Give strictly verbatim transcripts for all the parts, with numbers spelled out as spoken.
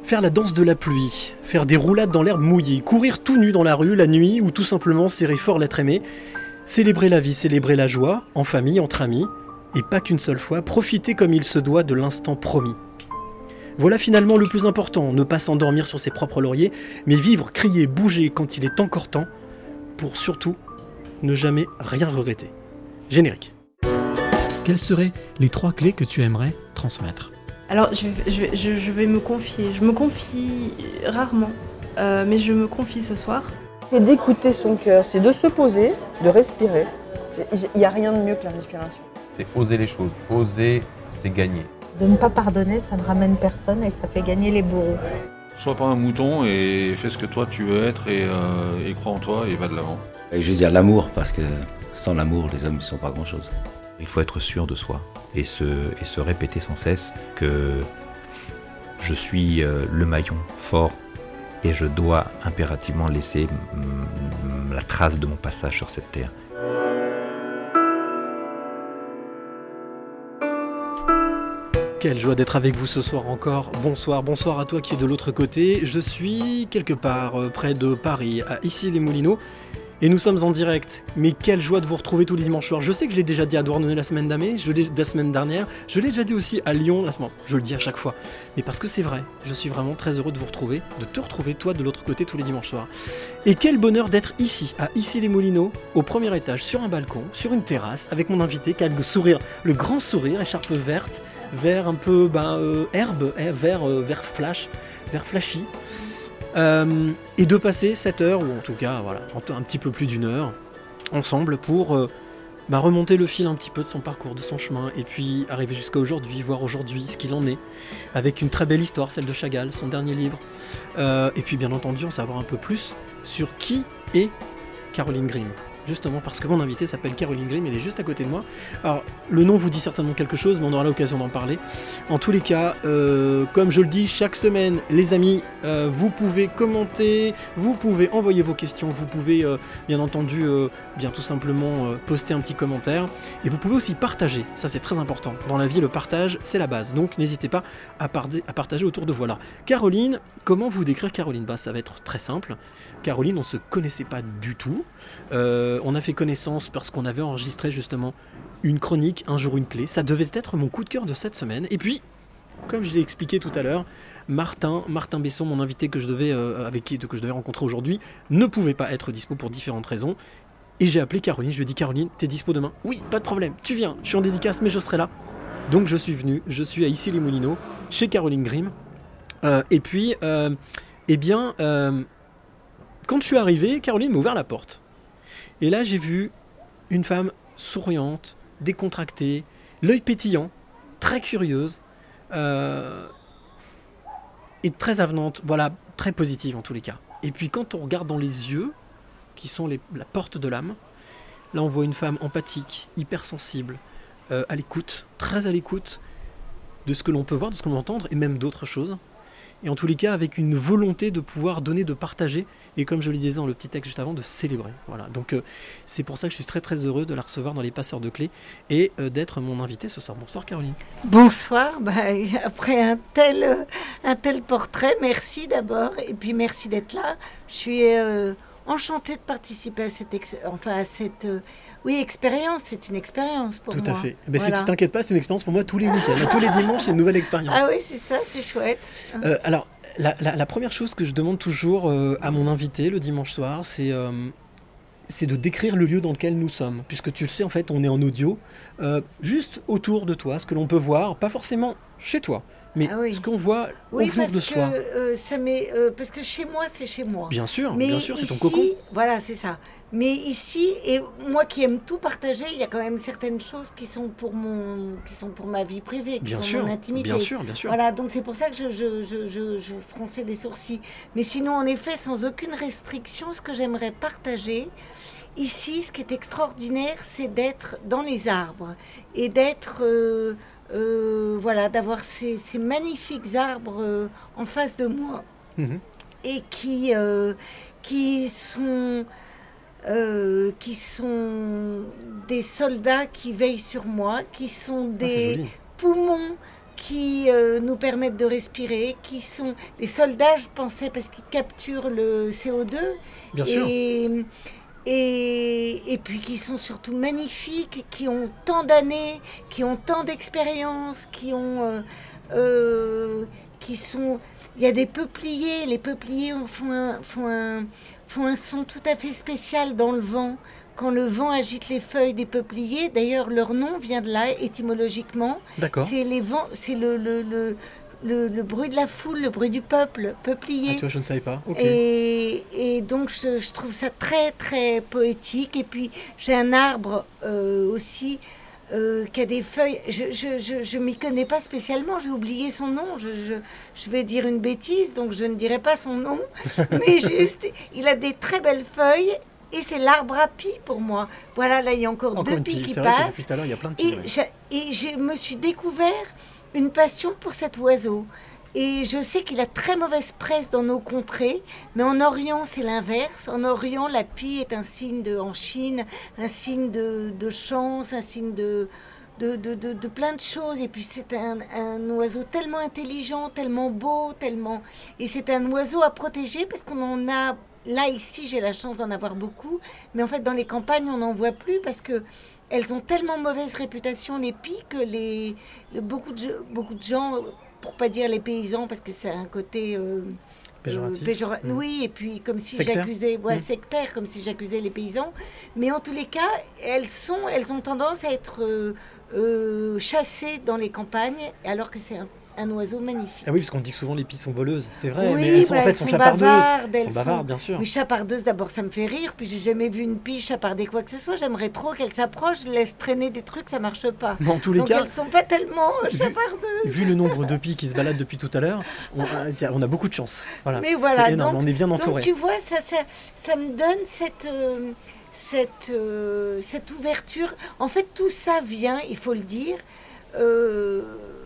Faire la danse de la pluie, faire des roulades dans l'herbe mouillée, courir tout nu dans la rue la nuit ou tout simplement serrer fort l'être aimé, célébrer la vie, célébrer la joie, en famille, entre amis, et pas qu'une seule fois, profiter comme il se doit de l'instant promis. Voilà finalement le plus important, ne pas s'endormir sur ses propres lauriers, mais vivre, crier, bouger quand il est encore temps, pour surtout ne jamais rien regretter. Générique. Quelles seraient les trois clés que tu aimerais transmettre ? Alors, je, je, je, je vais me confier. Je me confie rarement, euh, mais je me confie ce soir. C'est d'écouter son cœur, c'est de se poser, de respirer. Il n'y a rien de mieux que la respiration. C'est oser les choses. Oser, c'est gagner. De ne pas pardonner, ça ne ramène personne et ça fait gagner les bourreaux. Sois pas un mouton et fais ce que toi tu veux être et, euh, et crois en toi et va de l'avant. Et je veux dire l'amour, parce que sans l'amour, les hommes ne sont pas grand-chose. Il faut être sûr de soi et se, et se répéter sans cesse que je suis euh, le maillon fort et je dois impérativement laisser m- la trace de mon passage sur cette terre. Quelle joie d'être avec vous ce soir encore. Bonsoir, bonsoir à toi qui es de l'autre côté. Je suis quelque part euh, près de Paris, à Issy-les-Moulineaux. Et nous sommes en direct, mais quelle joie de vous retrouver tous les dimanches soirs. Je sais que je l'ai déjà dit à Douarnenez la semaine d'année, je l'ai la semaine dernière, je l'ai déjà dit aussi à Lyon, la semaine, je le dis à chaque fois. Mais parce que c'est vrai, je suis vraiment très heureux de vous retrouver, de te retrouver toi de l'autre côté tous les dimanches soirs. Et quel bonheur d'être ici, à Issy-les-Moulineaux, au premier étage, sur un balcon, sur une terrasse, avec mon invité qui a le sourire, le grand sourire, écharpe verte, vert un peu ben, euh, herbe, eh, vert, euh, vert flash, vert flashy. Euh, et de passer cette heure, ou en tout cas voilà, un petit peu plus d'une heure, ensemble pour euh, bah, remonter le fil un petit peu de son parcours, de son chemin, et puis arriver jusqu'à aujourd'hui, voir aujourd'hui ce qu'il en est, avec une très belle histoire, celle de Chagall, son dernier livre, euh, et puis bien entendu en savoir un peu plus sur qui est Caroline Grimm. Justement parce que mon invité s'appelle Caroline Grimm, elle est juste à côté de moi. Alors, le nom vous dit certainement quelque chose, mais on aura l'occasion d'en parler. En tous les cas, euh, comme je le dis chaque semaine, les amis, euh, vous pouvez commenter, vous pouvez envoyer vos questions, vous pouvez euh, bien entendu, euh, bien tout simplement euh, poster un petit commentaire, et vous pouvez aussi partager, ça c'est très important. Dans la vie, le partage, c'est la base, donc n'hésitez pas à, par- à partager autour de vous. Alors, Caroline, comment vous décrire Caroline ? Bah, ça va être très simple. Caroline, on ne se connaissait pas du tout. Euh, on a fait connaissance parce qu'on avait enregistré justement une chronique, un jour une clé. Ça devait être mon coup de cœur de cette semaine. Et puis, comme je l'ai expliqué tout à l'heure, Martin, Martin Besson, mon invité que je devais, euh, avec qui que je devais rencontrer aujourd'hui, ne pouvait pas être dispo pour différentes raisons. Et j'ai appelé Caroline, je lui ai dit « Caroline, t'es dispo demain ?» « Oui, pas de problème, tu viens, je suis en dédicace, mais je serai là. » Donc je suis venu, je suis à Issy-les-Moulineaux, chez Caroline Grimm. Euh, et puis, euh, eh bien... Euh, Quand je suis arrivé, Caroline m'a ouvert la porte. Et là, j'ai vu une femme souriante, décontractée, l'œil pétillant, très curieuse, euh, et très avenante, voilà, très positive en tous les cas. Et puis quand on regarde dans les yeux, qui sont les, la porte de l'âme, là on voit une femme empathique, hypersensible, euh, à l'écoute, très à l'écoute de ce que l'on peut voir, de ce que l'on peut entendre, et même d'autres choses. Et en tous les cas, avec une volonté de pouvoir donner, de partager, et comme je le disais dans le petit texte juste avant, de célébrer. Voilà. Donc euh, c'est pour ça que je suis très très heureux de la recevoir dans les Passeurs de Clés et euh, d'être mon invité ce soir. Bonsoir Caroline. Bonsoir, bah, après un tel, euh, un tel portrait, merci d'abord, et puis merci d'être là. Je suis euh, enchantée de participer à cette, ex- enfin, à cette euh, oui, expérience, c'est une expérience pour Tout moi. à fait. Ben, Voilà. Si tu t'inquiètes pas, c'est une expérience pour moi tous les week-ends. Tous les dimanches, c'est une nouvelle expérience. Ah oui, c'est ça, c'est chouette. Euh, alors, la, la, la première chose que je demande toujours euh, à mon invité le dimanche soir, c'est, euh, c'est de décrire le lieu dans lequel nous sommes. Puisque tu le sais, en fait, on est en audio. Euh, juste autour de toi, ce que l'on peut voir, pas forcément chez toi, mais Ah oui. ce qu'on voit Oui, autour parce de que, soi. euh, ça met, euh, parce que chez moi, c'est chez moi. Bien sûr, Mais bien sûr, c'est ton ici, cocon. Voilà, c'est ça. Mais ici, et moi qui aime tout partager, il y a quand même certaines choses qui sont pour mon, qui sont pour ma vie privée, qui Bien sont sûr, mon intimité. bien sûr, bien sûr. Voilà, donc c'est pour ça que je, je, je, je, je fronçais des sourcils. Mais sinon, en effet, sans aucune restriction, ce que j'aimerais partager ici, ce qui est extraordinaire, c'est d'être dans les arbres et d'être, euh, euh, voilà, d'avoir ces, ces magnifiques arbres euh, en face de moi. Mhm. Et qui, euh, qui sont euh, qui sont des soldats qui veillent sur moi, qui sont Ah, c'est des joli. poumons qui euh, nous permettent de respirer, qui sont les soldats, je pensais, parce qu'ils capturent le C O deux. Bien sûr. Et, et, et puis qui sont surtout magnifiques, qui ont tant d'années, qui ont tant d'expérience, qui ont, euh, euh, qui sont, il y a des peupliers, les peupliers font un, font un, font un son tout à fait spécial dans le vent. Quand le vent agite les feuilles des peupliers, d'ailleurs leur nom vient de là étymologiquement. D'accord. C'est les vents, c'est le, le, le, le, le bruit de la foule, le bruit du peuple, peuplier. Ah, tu vois, je ne savais pas. Ok. Et, et donc je, je trouve ça très très poétique. Et puis j'ai un arbre euh, aussi euh, qui a des feuilles. Je je, je, je m'y connais pas spécialement. J'ai oublié son nom. Je, je, je vais dire une bêtise, donc je ne dirai pas son nom. Mais juste, il a des très belles feuilles. Et c'est l'arbre à pie pour moi. Voilà, là, il y a encore, Encore deux une pies pie. qui C'est vrai que passent. depuis tout à l'heure, il y a plein de pies. Et, ouais. j'a- et je me suis découvert une passion pour cet oiseau. Et je sais qu'il a très mauvaise presse dans nos contrées, mais en Orient, c'est l'inverse. En Orient, la pie est un signe de, en Chine, un signe de, de chance, un signe de, de, de, de, de plein de choses. Et puis, c'est un, un oiseau tellement intelligent, tellement beau, tellement... Et c'est un oiseau à protéger parce qu'on en a... Là, ici, j'ai la chance d'en avoir beaucoup. Mais en fait, dans les campagnes, on n'en voit plus parce que elles ont tellement mauvaise réputation, les pies, que les, le- beaucoup, de, beaucoup de gens, pour pas dire les paysans, parce que c'est un côté... euh, Péjoratif. euh, péjora- Mm. Oui, et puis comme si Sectaire. j'accusais... Ouais, Mm. sectaire, comme si j'accusais les paysans. Mais en tous les cas, elles, sont, elles ont tendance à être euh, euh, chassées dans les campagnes, alors que c'est un, un oiseau magnifique. Ah oui, parce qu'on dit que souvent les pies sont voleuses. C'est vrai, Oui, mais elles sont bah, en fait elles sont sont chapardeuses. bavardes, Elles elles sont sont- bavardes, bien sûr. Oui, chapardeuse, d'abord, ça me fait rire. Puis j'ai jamais vu une pie chaparder quoi que ce soit. J'aimerais trop qu'elle s'approche, laisse traîner des trucs, ça marche pas. Mais en tous les Donc cas, elles sont pas tellement chapardeuses. vu le nombre de pies qui se baladent depuis tout à l'heure, on, a- on a beaucoup de chance. Voilà. Mais voilà, C'est énorme, donc- on est bien Donc entouré. tu vois, ça, ça, ça me donne cette, euh, cette, euh, cette ouverture. En fait, tout ça vient, il faut le dire. euh,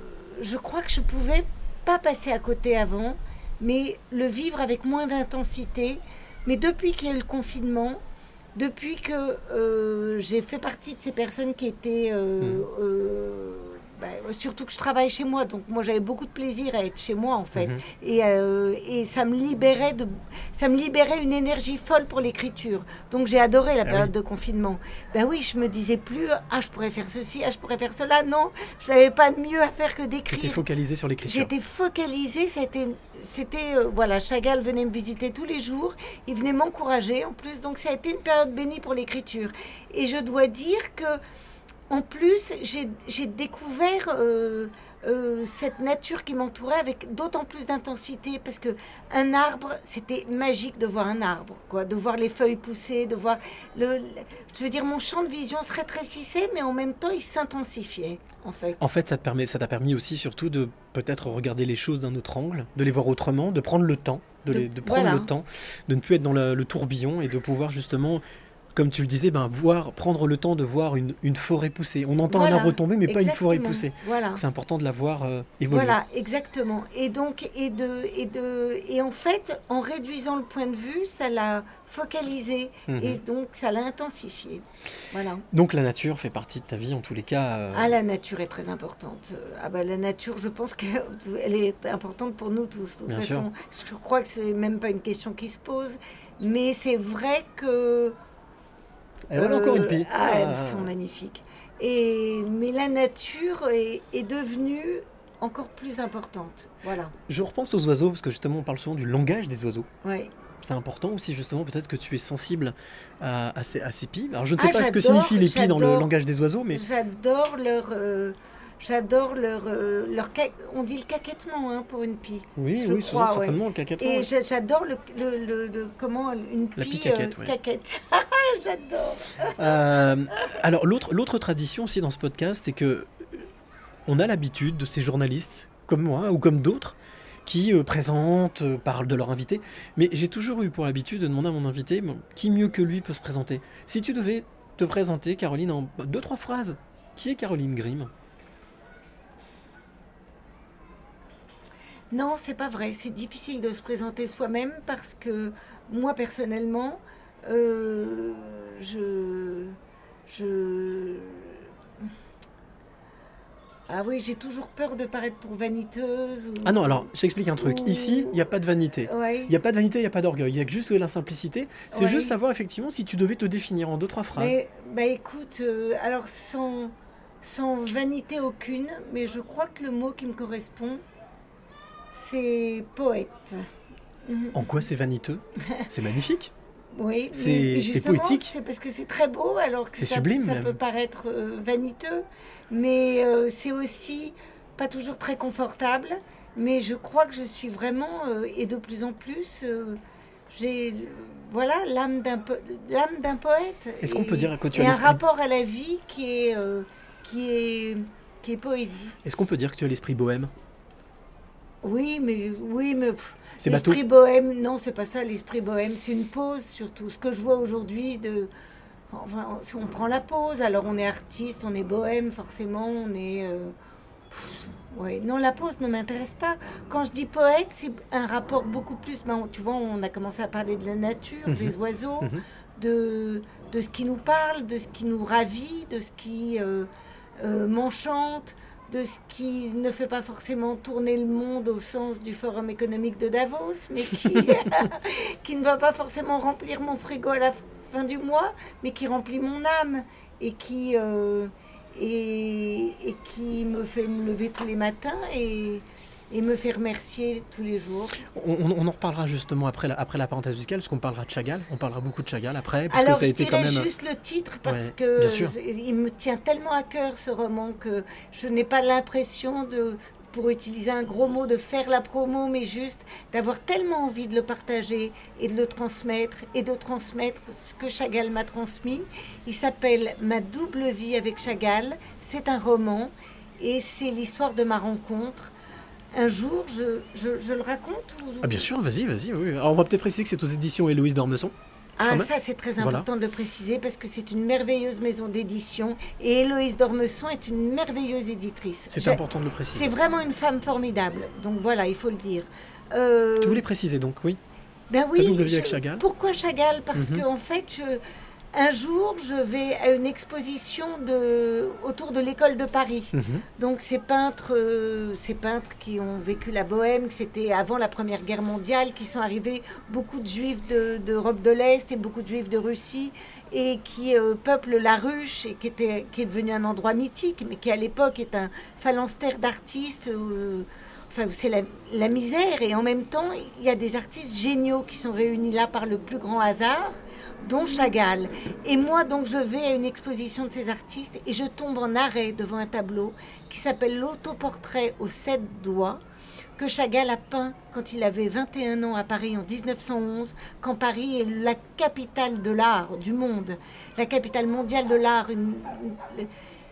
je crois que je pouvais pas passer à côté avant, mais le vivre avec moins d'intensité. Mais depuis qu'il y a eu le confinement, depuis que euh, j'ai fait partie de ces personnes qui étaient... euh, Mhm. euh, bah, surtout que je travaille chez moi, donc moi j'avais beaucoup de plaisir à être chez moi en fait. Mhm. Et, euh, et ça me libérait de, ça me libérait une énergie folle pour l'écriture. Donc j'ai adoré la Ah période oui. de confinement. Ben oui, je me disais plus, ah je pourrais faire ceci, ah je pourrais faire cela. Non, je n'avais pas de mieux à faire que Tu d'écrire. étais focalisé sur l'écriture. J'étais focalisée, c'était, c'était euh, voilà, Chagall venait me visiter tous les jours, il venait m'encourager en plus, donc ça a été une période bénie pour l'écriture. Et je dois dire que, en plus, j'ai, j'ai découvert euh, euh, cette nature qui m'entourait avec d'autant plus d'intensité, parce que un arbre, c'était magique de voir un arbre, quoi, de voir les feuilles pousser, de voir le, le- je veux dire, mon champ de vision se rétrécissait, mais en même temps, il s'intensifiait, en fait. En fait, ça te permet, ça t'a permis aussi surtout de peut-être regarder les choses d'un autre angle, de les voir autrement, de prendre le temps, de, De- les- de prendre voilà. le temps, de ne plus être dans le, le tourbillon et de pouvoir justement, comme tu le disais, ben, voir, prendre le temps de voir une, une forêt pousser. On entend Voilà, un arbre tomber, mais pas une forêt exactement. pousser. Voilà. C'est important de la voir euh, évoluer. Voilà, exactement. Et donc, et de, et de, et en fait, en réduisant le point de vue, ça l'a focalisé Mhm. et donc ça l'a intensifié. Voilà. Donc la nature fait partie de ta vie en tous les cas. euh, Ah, la nature est très importante. Ah bah la nature, je pense qu'elle est importante pour nous tous. De toute Bien façon, je crois que c'est même pas une question qui se pose, mais c'est vrai que Et voilà Euh, encore une pie. Ah, Ah. elles sont magnifiques. Et, mais la nature est, est devenue encore plus importante. Voilà. Je repense aux oiseaux parce que justement on parle souvent du langage des oiseaux. Ouais. C'est important aussi justement peut-être que tu es sensible à, à ces, à ces pies. Alors je ne sais Ah, pas ce que j'adore, signifient les pies dans le j'adore. langage des oiseaux, mais J'adore leur. euh, J'adore leur. euh, leur ca- on dit le caquettement hein, pour une pie. oui, je oui, crois, ouais. certainement le caquettement. Et ouais. j'a- j'adore le, le, le- le- comment une La pie, pie caquette, euh, ouais. caquette. J'adore. Euh, alors l'autre l'autre tradition aussi dans ce podcast, c'est que euh, on a l'habitude de ces journalistes comme moi ou comme d'autres qui euh, présentent, euh, parlent de leur invité, mais j'ai toujours eu pour l'habitude de demander à mon invité bon, qui mieux que lui peut se présenter. Si tu devais te présenter, Caroline, en deux trois phrases, qui est Caroline Grimm? Non, c'est pas vrai. C'est difficile de se présenter soi-même parce que moi, personnellement, euh, je, je, Ah oui, j'ai toujours peur de paraître pour vaniteuse. Ou... Ah non, alors, je t'explique un truc. Ou- Ici, il n'y a pas de vanité. Ouais. Il n'y a pas de vanité, il n'y a pas d'orgueil. Il y a juste la simplicité. C'est Ouais. juste savoir, effectivement, si tu devais te définir en deux, trois phrases. Mais, bah écoute, euh, alors sans, sans vanité aucune, mais je crois que le mot qui me correspond, c'est poète. Mhm. En quoi c'est vaniteux? C'est magnifique. Oui, C'est- mais c'est justement, poétique. C'est parce que c'est très beau, alors que C'est ça, sublime, ça même. peut paraître euh, vaniteux, mais euh, c'est aussi pas toujours très confortable. Mais je crois que je suis vraiment, euh, et de plus en plus, euh, j'ai, euh, voilà, l'âme d'un po- l'âme d'un poète. Est-ce qu'on Et- peut dire que tu as et un l'esprit- rapport à la vie qui est, euh, qui est, qui est poésie. Est-ce qu'on peut dire que tu as l'esprit bohème? Oui, mais oui, mais pff, C'est bateau. l'esprit bohème, non, c'est pas ça. L'esprit bohème, c'est une pause surtout. Ce que je vois aujourd'hui, de, enfin, si on prend la pause, alors on est artiste, on est bohème, forcément, on est. euh, pff, ouais. Non, la pause ne m'intéresse pas. Quand je dis poète, c'est un rapport beaucoup plus. Ben, tu vois, on a commencé à parler de la nature, Mhm. des oiseaux, Mhm. de, de ce qui nous parle, de ce qui nous ravit, de ce qui euh, euh, m'enchante, de ce qui ne fait pas forcément tourner le monde au sens du Forum économique de Davos, mais qui, qui ne va pas forcément remplir mon frigo à la fin du mois, mais qui remplit mon âme et qui, euh, et, et qui me fait me lever tous les matins et, et me fait remercier tous les jours. On, on- on en reparlera justement après la, après la parenthèse musicale, parce qu'on parlera de Chagall. On parlera beaucoup de Chagall après, parce Alors, que ça a je été dirais quand même. juste le titre parce Ouais, que bien sûr. je- il me tient tellement à cœur ce roman que je n'ai pas l'impression de, pour utiliser un gros mot, de faire la promo, mais juste d'avoir tellement envie de le partager et de le transmettre et de transmettre ce que Chagall m'a transmis. Il s'appelle Ma double vie avec Chagall. C'est un roman et c'est l'histoire de ma rencontre. Un jour, je, je, je le raconte ou... Ah bien sûr, vas-y, vas-y. Oui. Alors on va peut-être préciser que c'est aux éditions Héloïse d'Ormesson. Ah, quand même. ça, c'est très Voilà. important de le préciser parce que c'est une merveilleuse maison d'édition et Héloïse d'Ormesson est une merveilleuse éditrice. C'est J'ai- important de le préciser. C'est vraiment une femme formidable. Donc voilà, il faut le dire. Euh, Tu voulais préciser donc, oui. Ben oui. double vie avec je- Chagall. Pourquoi Chagall? Parce Mhm. que en fait, je- un jour, je vais à une exposition de, autour de l'école de Paris. Mhm. Donc ces peintres, euh, ces peintres qui ont vécu la Bohème, que c'était avant la Première Guerre mondiale, qui sont arrivés, beaucoup de Juifs de- d'Europe de, l'Est et beaucoup de Juifs de Russie, et qui euh, peuplent la ruche, et qui, était, qui est devenu un endroit mythique, mais qui à l'époque est un phalanstère d'artistes, euh, enfin où c'est la, la misère, et en même temps, il y a des artistes géniaux qui sont réunis là par le plus grand hasard, dont Chagall. Et moi, donc, je vais à une exposition de ces artistes et je tombe en arrêt devant un tableau qui s'appelle l'autoportrait aux sept doigts, que Chagall a peint quand il avait vingt et un ans à Paris en dix-neuf cent onze, quand Paris est la capitale de l'art du monde, la capitale mondiale de l'art. Une- une-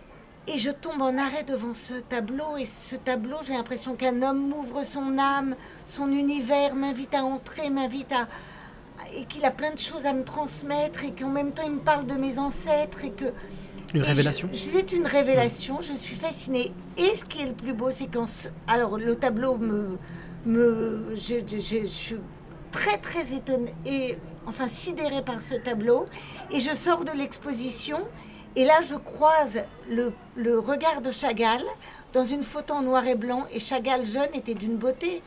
Et je tombe en arrêt devant ce tableau, et ce tableau, j'ai l'impression qu'un homme m'ouvre son âme, son univers, m'invite à entrer, m'invite à... et qu'il a plein de choses à me transmettre, et qu'en même temps il me parle de mes ancêtres, et que... Une et révélation. je- C'est une révélation, je suis fascinée. Et ce qui est le plus beau, c'est quand... ce- Alors, le tableau me... me je, je- je- je suis très, très étonnée, et, enfin sidérée par ce tableau. Et je sors de l'exposition, et là, je croise le, le regard de Chagall dans une photo en noir et blanc, et Chagall jeune était d'une beauté...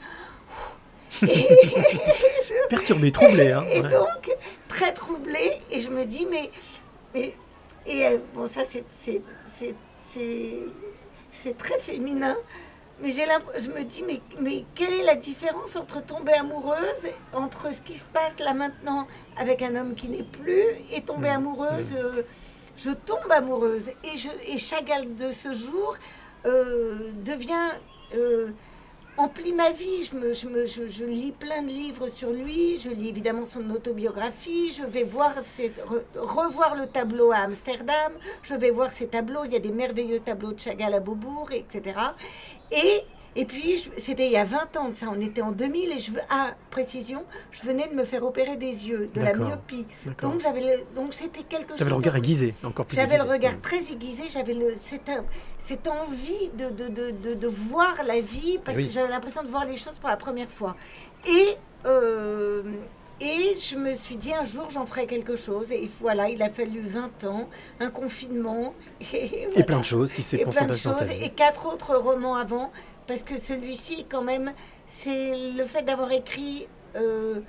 Et- Perturbé, troublé. Hein. et Ouais. donc, très troublée, et je me dis, mais... mais et euh, bon, ça, c'est, c'est, c'est, c'est, c'est très féminin, mais j'ai l'imp- je me dis, mais, mais quelle est la différence entre tomber amoureuse, entre ce qui se passe là maintenant avec un homme qui n'est plus, et tomber Mmh. amoureuse, euh, je tombe amoureuse. Et, je, et Chagall de ce jour euh, devient... euh, emplit ma vie. Je, me, je, me, je, je lis plein de livres sur lui, je lis évidemment son autobiographie, je vais voir ses, re, revoir le tableau à Amsterdam, je vais voir ses tableaux, il y a des merveilleux tableaux de Chagall à Beaubourg, et cetera. Et, et puis, je- c'était il y a vingt ans de ça, on était en deux mille, et je veux, ah, précision, je venais de me faire opérer des yeux, de la D'accord. myopie. D'accord. Donc, j'avais le- donc c'était quelque chose... J'avais le regard de- aiguisé, encore plus J'avais le aiguisé. regard très aiguisé, j'avais le, cette, cette envie de, de, de, de, de voir la vie, parce Oui. que j'avais l'impression de voir les choses pour la première fois. Et, euh, Et je me suis dit, un jour, j'en ferai quelque chose. Et voilà, il a fallu vingt ans, un confinement. Et, voilà. Et plein de choses qui s'est Et plein de passé dans ta choses, vie. et quatre autres romans avant. Parce que celui-ci, quand même, c'est le fait d'avoir écrit, euh,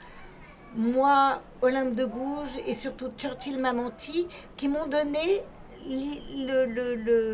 moi, Olympe de Gouges, et surtout Churchill m'a menti, qui m'ont donné le... le, le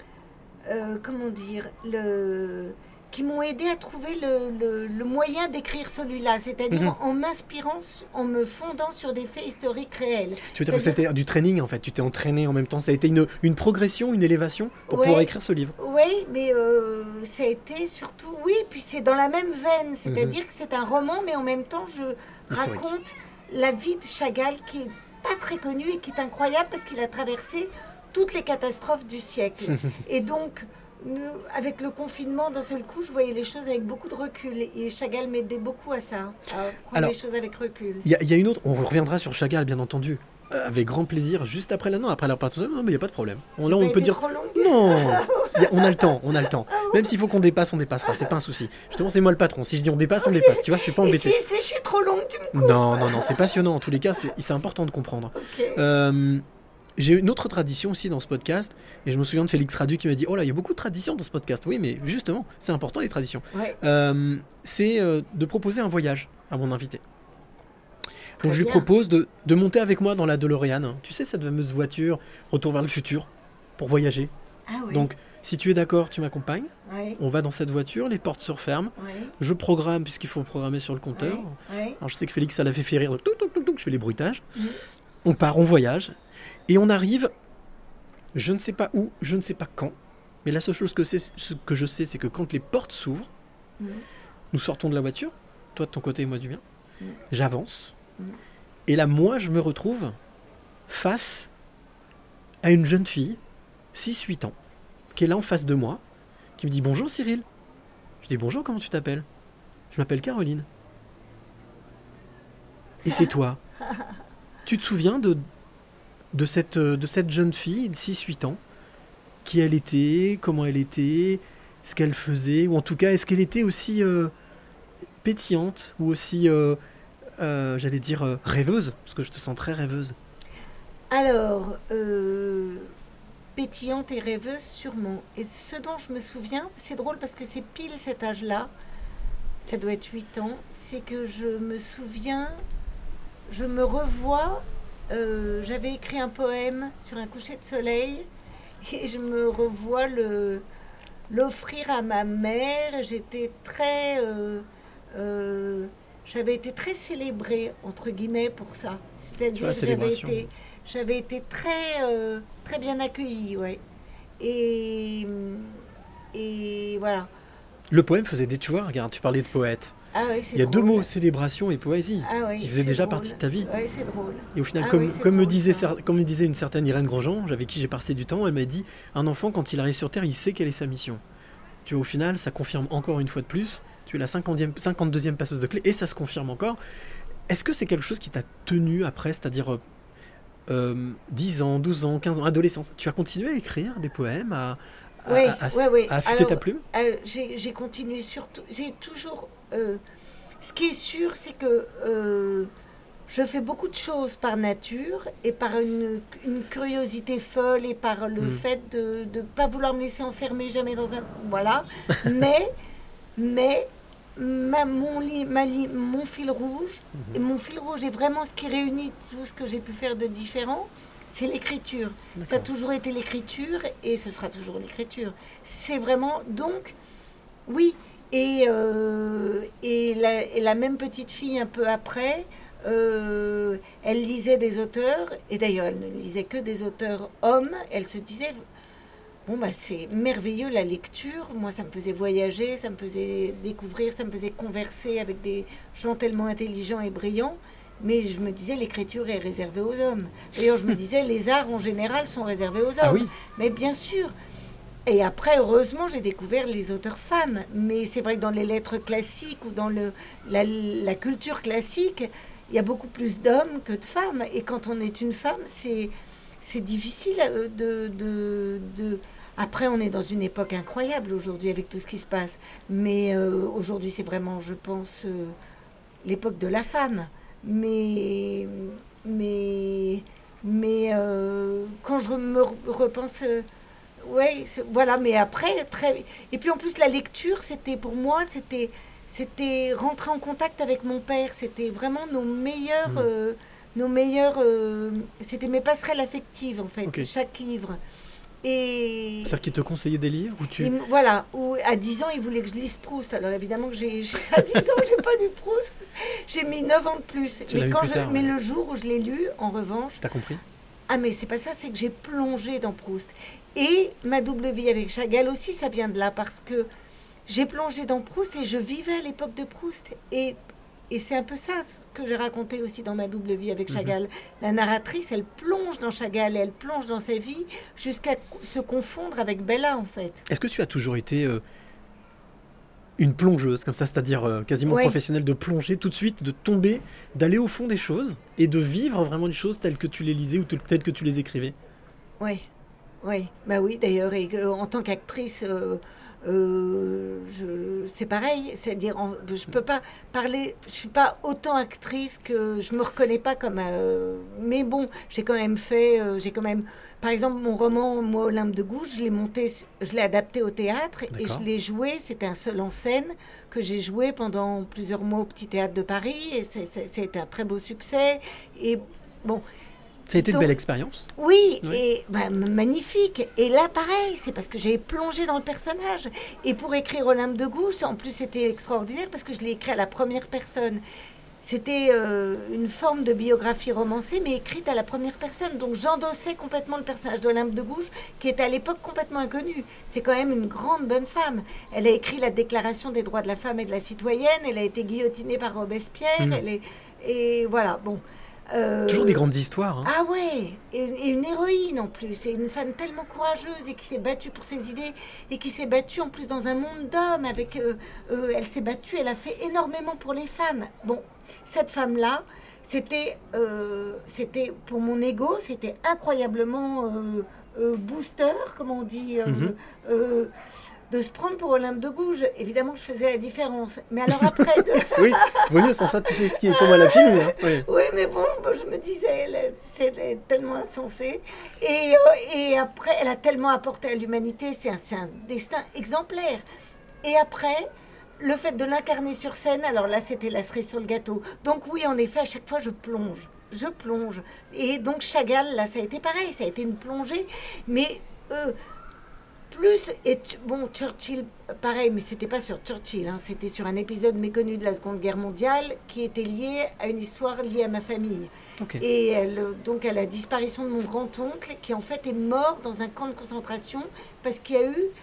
euh, comment dire le... qui m'ont aidé à trouver le, le, le moyen d'écrire celui-là, c'est-à-dire Mhm. en m'inspirant, en me fondant sur des faits historiques réels. Tu veux dire que C'est-à-dire- c'était du training en fait, tu t'es entraîné en même temps, ça a été une, une progression, une élévation pour Ouais. pouvoir écrire ce livre. Oui, mais euh, ça a été surtout, oui, puis c'est dans la même veine, c'est-à-dire Mhm. que c'est un roman, mais en même temps, je Historique. raconte la vie de Chagall, qui est pas très connu et qui est incroyable parce qu'il a traversé toutes les catastrophes du siècle. Et donc, nous, avec le confinement, d'un seul coup, je voyais les choses avec beaucoup de recul. Et Chagall m'aidait beaucoup à ça, à prendre Alors, les choses avec recul. Il y, a- il y a une autre, on reviendra sur Chagall bien entendu, euh, avec grand plaisir, juste après la non, après la partie. Non mais il n'y a pas de problème. On, là Pas on peut été dire... trop longue. Non, Il y a- on a le temps, on a le temps. Même s'il faut qu'on dépasse, on dépassera, c'est pas un souci. Justement, c'est moi le patron, si je dis on dépasse, on dépasse, tu vois, je suis pas Et embêté. si, si je suis trop longue, tu me coupes. Non, non, non, c'est passionnant en tous les cas, c'est c'est important de comprendre. Ok. Euh, J'ai une autre tradition aussi dans ce podcast, et je me souviens de Félix Radu qui m'a dit « Oh là, il y a beaucoup de traditions dans ce podcast. » Oui, mais justement, c'est important les traditions. Ouais. Euh, c'est euh, de proposer un voyage à mon invité. Très Donc je lui bien. propose de, de monter avec moi dans la DeLorean. hein. Tu sais, cette fameuse voiture, retour vers le futur, pour voyager. Ah oui. Donc, si tu es d'accord, tu m'accompagnes. Ouais, On va dans cette voiture, les portes se referment. ouais, Je programme, puisqu'il faut programmer sur le compteur. ouais, ouais. Alors je sais que Félix, ça l'a fait, fait rire. Donc, touc, touc, touc, touc, je fais les bruitages. Mhm. On part, on voyage. Et on arrive, je ne sais pas où, je ne sais pas quand. Mais la seule chose que, c'est, ce que je sais, c'est que quand les portes s'ouvrent, Mhm. nous sortons de la voiture. Toi de ton côté et moi du mien. Mhm. J'avance. Mhm. Et là, moi, je me retrouve face à une jeune fille, six huit ans, qui est là en face de moi, qui me dit « Bonjour Cyril ». Je dis « Bonjour, comment tu t'appelles ?» « Je m'appelle Caroline. » Et c'est toi. Tu te souviens de, de, cette, de cette jeune fille de six huit ans, qui elle était, comment elle était, ce qu'elle faisait, ou en tout cas, est-ce qu'elle était aussi euh, pétillante, ou aussi, euh, euh, j'allais dire, euh, rêveuse, parce que je te sens très rêveuse. Alors, euh, pétillante et rêveuse, sûrement. Et ce dont je me souviens, c'est drôle parce que c'est pile cet âge-là, ça doit être huit ans, c'est que je me souviens, je me revois, euh, j'avais écrit un poème sur un coucher de soleil, et je me revois le, l'offrir à ma mère. J'étais très... euh, euh, j'avais été très célébrée, entre guillemets, pour ça. Tu C'est-à-dire vois, la que j'avais célébration. été, j'avais été très, euh, très bien accueillie, ouais. Et, et voilà. Le poème faisait des... Tu vois, regarde, tu parlais de poète. Ah ouais, c'est Il y a deux drôle. mots, célébration et poésie, Ah ouais, qui faisaient c'est déjà drôle. partie de ta vie. Ouais, c'est drôle. Et au final, Ah comme, oui, c'est comme, me drôle, disait, ça. cer- comme me disait une certaine Irène Grosjean, avec qui j'ai passé du temps, elle m'a dit « Un enfant, quand il arrive sur Terre, il sait quelle est sa mission. » Tu vois, au final, ça confirme encore une fois de plus. Tu es la cinquantième, cinquante-deuxième passeuse de clé, et ça se confirme encore. Est-ce que c'est quelque chose qui t'a tenu après, c'est-à-dire euh, euh, dix ans, douze ans, quinze ans, adolescence? Tu as continué à écrire des poèmes, à, à, Ouais, à- à- ouais, ouais. à affûter Alors, ta plume? Euh, j'ai, j'ai continué surtout. J'ai toujours. euh, ce qui est sûr, c'est que euh, je fais beaucoup de choses par nature et par une, une curiosité folle et par le Mm. fait de ne pas vouloir me laisser enfermer jamais dans un. Voilà. mais. Mais. Ma, mon, li- ma li- mon fil rouge, et mon fil rouge est vraiment ce qui réunit tout ce que j'ai pu faire de différent, c'est l'écriture. Ça a D'accord. toujours été l'écriture et ce sera toujours l'écriture. C'est vraiment, donc, oui. Et, euh, et, la, et la même petite fille, un peu après, euh, elle lisait des auteurs, et d'ailleurs, elle ne lisait que des auteurs hommes. Elle se disait, bon, bah, c'est merveilleux la lecture. Moi, ça me faisait voyager, ça me faisait découvrir, ça me faisait converser avec des gens tellement intelligents et brillants. Mais je me disais, l'écriture est réservée aux hommes. D'ailleurs, je me disais, les arts en général sont réservés aux hommes. Ah oui. Mais bien sûr. Et après, heureusement, j'ai découvert les auteurs femmes. Mais c'est vrai que dans les lettres classiques ou dans le, la, la culture classique, il y a beaucoup plus d'hommes que de femmes. Et quand on est une femme, c'est, c'est difficile euh, de, de, de... Après, on est dans une époque incroyable aujourd'hui avec tout ce qui se passe. Mais euh, aujourd'hui, c'est vraiment, je pense, euh, l'époque de la femme. mais, mais, mais euh, quand je me re- repense, euh, ouais, c'est- voilà. Mais après, très. Et puis en plus, la lecture, c'était pour moi, c'était, c'était rentrer en contact avec mon père. C'était vraiment nos meilleurs, Mm. euh, nos meilleurs. euh, c'était mes passerelles affectives en fait. Ok. Chaque livre. Et C'est-à-dire qu'il te conseillait des livres ou tu... il me- voilà, où à dix ans, il voulait que je lise Proust. Alors évidemment que j'ai, j'ai- à dix ans, j'ai pas lu Proust. J'ai mis neuf ans de plus. Tu l'as Mais, lu quand plus je, tard, mais ouais. le jour où je l'ai lu, en revanche, T'as compris? ah mais c'est pas ça, c'est que j'ai plongé dans Proust. Et ma double vie avec Chagall aussi, ça vient de là, parce que j'ai plongé dans Proust et je vivais à l'époque de Proust. Et, et c'est un peu ça ce que j'ai raconté aussi dans ma double vie avec Chagall. La narratrice, elle plonge dans Chagall, elle plonge dans sa vie jusqu'à co- se confondre avec Bella en fait. Est-ce que tu as toujours été euh, une plongeuse, comme ça, c'est-à-dire euh, quasiment Ouais. professionnelle, de plonger tout de suite, de tomber, d'aller au fond des choses et de vivre vraiment les choses telles que tu les lisais ou te- telles que tu les écrivais? Oui, oui, bah oui, d'ailleurs, et euh, en tant qu'actrice, euh, euh, je, c'est pareil, c'est-à-dire, en- je peux pas parler, je suis pas autant actrice que je me reconnais pas comme, euh, mais bon, j'ai quand même fait, euh, j'ai quand même, par exemple, mon roman, moi, Olympe de Gouges, je l'ai monté, je l'ai adapté au théâtre et D'accord. je l'ai joué, c'était un seul en scène que j'ai joué pendant plusieurs mois au Petit Théâtre de Paris et c'est, c'est, c'était un très beau succès et bon. Ça a été une Donc- belle expérience. Oui, Oui. et bah, m- magnifique. Et là, pareil, c'est parce que j'ai plongé dans le personnage. Et pour écrire Olympe de Gouges, en plus, c'était extraordinaire parce que je l'ai écrit à la première personne. C'était euh, une forme de biographie romancée, mais écrite à la première personne. Donc j'endossais complètement le personnage d'Olympe de Gouges, qui était à l'époque complètement inconnu. C'est quand même une grande bonne femme. Elle a écrit la Déclaration des droits de la femme et de la citoyenne. Elle a été guillotinée par Robespierre. Mhm. Elle est... Et voilà, bon. Euh, Toujours des grandes histoires. Hein. ah ouais, et, et une héroïne en plus, c'est une femme tellement courageuse et qui s'est battue pour ses idées et qui s'est battue en plus dans un monde d'hommes. Avec, euh, euh, elle s'est battue, elle a fait énormément pour les femmes. Bon, cette femme-là, c'était, euh, c'était pour mon ego, c'était incroyablement euh, euh, booster, comme on dit. euh, Mhm. euh, de se prendre pour Olympe de Gouges, évidemment que je faisais la différence. Mais alors après, de... Oui, vaut mieux sans ça, tu sais ce qui est, comment elle a fini. Hein. Oui. Oui, mais bon, bon, je me disais, elle, c'est elle est tellement insensée. Et, euh, et après, elle a tellement apporté à l'humanité, c'est un, c'est un destin exemplaire. Et après, le fait de l'incarner sur scène, alors là, c'était la cerise sur le gâteau. Donc oui, en effet, à chaque fois, je plonge. Je plonge. Et donc Chagall, là, ça a été pareil, ça a été une plongée. Mais... Euh, plus, et t- bon, Churchill, pareil, mais c'était pas sur Churchill, hein, c'était sur un épisode méconnu de la Seconde Guerre mondiale qui était lié à une histoire liée à ma famille. Ok. Et elle, euh, donc à la disparition de mon grand-oncle qui en fait est mort dans un camp de concentration parce qu'il y a eu,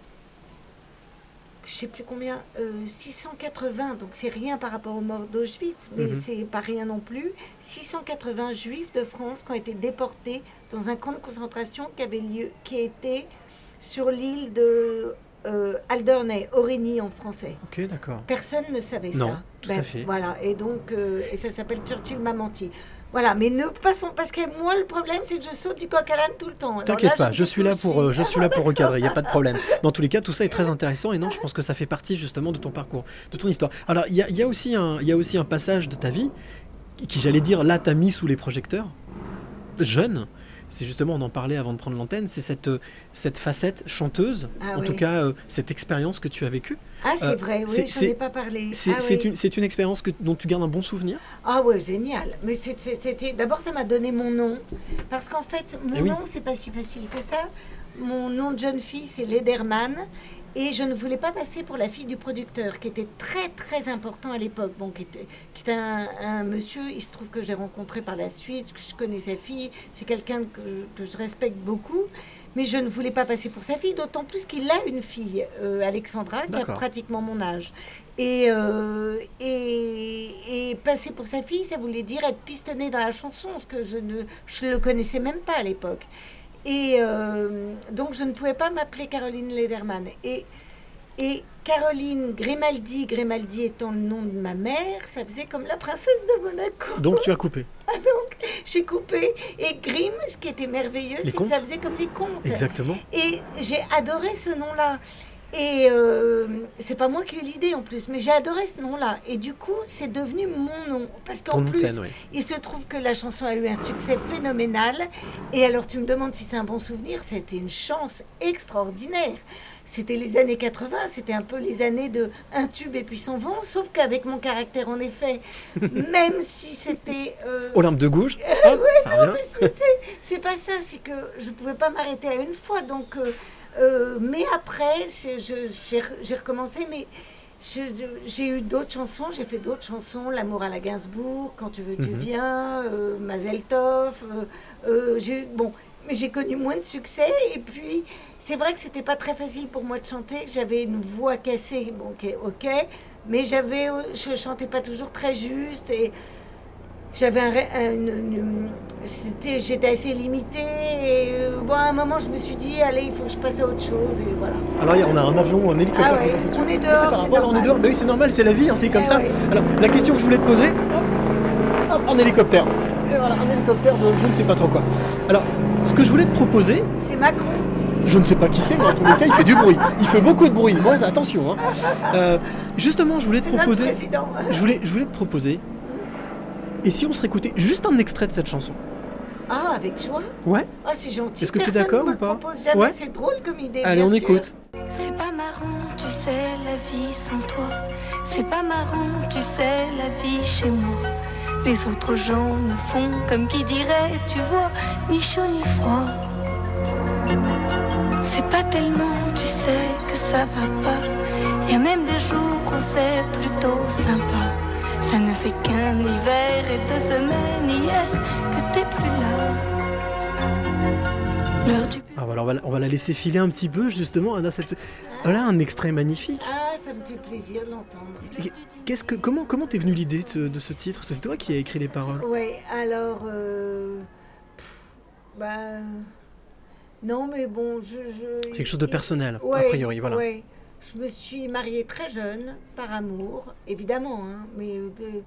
je sais plus combien, euh, six cent quatre-vingts, donc c'est rien par rapport aux morts d'Auschwitz, mais Mhm. c'est pas rien non plus, six cent quatre-vingts juifs de France qui ont été déportés dans un camp de concentration qui avait lieu, qui était sur l'île de euh, Alderney, Origny en français. Ok, d'accord. Personne ne savait Non, ça. tout à fait. Voilà, et donc, euh, et ça s'appelle Churchill m'a menti. Voilà, mais ne passons, parce que moi, le problème, c'est que je saute du coq à l'âne tout le temps. Alors T'inquiète là, pas, me je suis là touche, pour, euh, et- je suis là pour recadrer, il n'y a pas de problème. Dans tous les cas, tout ça est très intéressant et non, je pense que ça fait partie justement de ton parcours, de ton histoire. Alors, il y a, il y a aussi un, il y a aussi un passage de ta vie qui, j'allais dire, là, t'as mis sous les projecteurs, jeune. C'est justement, on en parlait avant de prendre l'antenne, c'est cette, euh, cette facette chanteuse, Ah en oui. tout cas, euh, cette expérience que tu as vécue. Ah, c'est Euh, vrai, c'est- oui, j'en c'est- ai pas parlé. C'est ah, c'est oui. une, c'est une expérience que, dont tu gardes un bon souvenir. Ah ouais, génial. Mais c'est- c'est- c'était d'abord ça m'a donné mon nom parce qu'en fait mon Eh oui. nom c'est pas si facile que ça. Mon nom de jeune fille c'est Lederman et je ne voulais pas passer pour la fille du producteur qui était très très important à l'époque. Bon, qui était, qui était un, un monsieur. Il se trouve que j'ai rencontré par la suite, que je connais sa fille. C'est quelqu'un que je, que je respecte beaucoup. Mais je ne voulais pas passer pour sa fille, d'autant plus qu'il a une fille, euh, Alexandra, qui a D'accord. pratiquement mon âge. Et, euh, et, et passer pour sa fille, ça voulait dire être pistonné dans la chanson, ce que je ne je le connaissais même pas à l'époque. Et euh, donc je ne pouvais pas m'appeler Caroline Lederman. Et, et Caroline Grimaldi, Grimaldi étant le nom de ma mère, ça faisait comme la princesse de Monaco. Donc tu as coupé. J'ai coupé. Et Grimm, ce qui était merveilleux, Les c'est que ça contes. faisait comme les contes. Exactement. Et j'ai adoré ce nom-là. Et euh, c'est pas moi qui ai eu l'idée en plus, mais j'ai adoré ce nom-là. Et du coup, c'est devenu mon nom. Parce qu'en Ton nom de plus, scène, oui. il se trouve que la chanson a eu un succès phénoménal. Et alors, tu me demandes si c'est un bon souvenir. C'était une chance extraordinaire. C'était les années quatre-vingts, c'était un peu les années de un tube et puis s'en vont. Sauf qu'avec mon caractère, en effet, même si c'était... Euh, Olympe de Gouges, hop, ça revient. c'est, c'est, c'est pas ça, c'est que je pouvais pas m'arrêter à une fois. Donc... Euh, Euh, mais après, je, je, j'ai, j'ai recommencé, mais je, je, j'ai eu d'autres chansons, j'ai fait d'autres chansons, L'amour à la Gainsbourg, Quand tu veux, tu Mhm. viens, euh, Mazel Tov, euh, euh, j'ai, bon, mais j'ai connu moins de succès, et puis c'est vrai que c'était pas très facile pour moi de chanter, j'avais une voix cassée, bon, ok, ok, mais j'avais, je chantais pas toujours très juste, et j'avais un, un- une, une- c'était, j'étais assez limitée et euh, bon, à un moment je me suis dit allez il faut que je passe à autre chose et voilà. Alors, il y a- on a un avion ou un hélicoptère Ah qui ouais, passe au-dessus. on est Mais dehors, c'est pas c'est grave, voilà, on est normal. dehors. Bah oui, c'est normal, c'est la vie, hein, c'est comme Ah ça. ouais. Alors, la question que je voulais te poser, hop, hop, en hélicoptère. Et voilà, un hélicoptère de je ne sais pas trop quoi. Alors, ce que je voulais te proposer, C'est Macron. je ne sais pas qui c'est, mais en tous les cas, il fait du bruit. Il fait beaucoup de bruit. Moi, attention. Hein. Euh, justement, je voulais te C'est notre proposer. président. Je voulais, je voulais te proposer. Et si on se réécoutait juste un extrait de cette chanson? Ah avec joie. Ouais. Ah c'est gentil. Est-ce que tu es Personne d'accord me ou le pas? propose jamais. Ouais. C'est drôle comme idée. Allez, bien on sûr. écoute. C'est pas marrant, tu sais, la vie sans toi. C'est pas marrant, tu sais, la vie chez moi. Les autres gens me font comme qui dirait, tu vois, ni chaud ni froid. C'est pas tellement, tu sais, que ça va pas. Y a même des jours où c'est plutôt sympa. Ça ne fait qu'un hiver et deux semaines hier que t'es plus là. L'heure du Ah, voilà, on, va, la- on va la laisser filer un petit peu, justement. Anna, cette... Voilà un extrait magnifique. Ah ça me fait plaisir de l'entendre. Et Qu'est-ce que, comment, comment t'es venue l'idée de, ce- de ce titre? Parce que c'est toi qui as écrit les paroles. Ouais, alors, euh, pff, bah, non, mais bon, je, je- C'est quelque chose de personnel, a Ouais, priori, voilà. ouais. Je me suis mariée très jeune, par amour, évidemment, hein, mais de-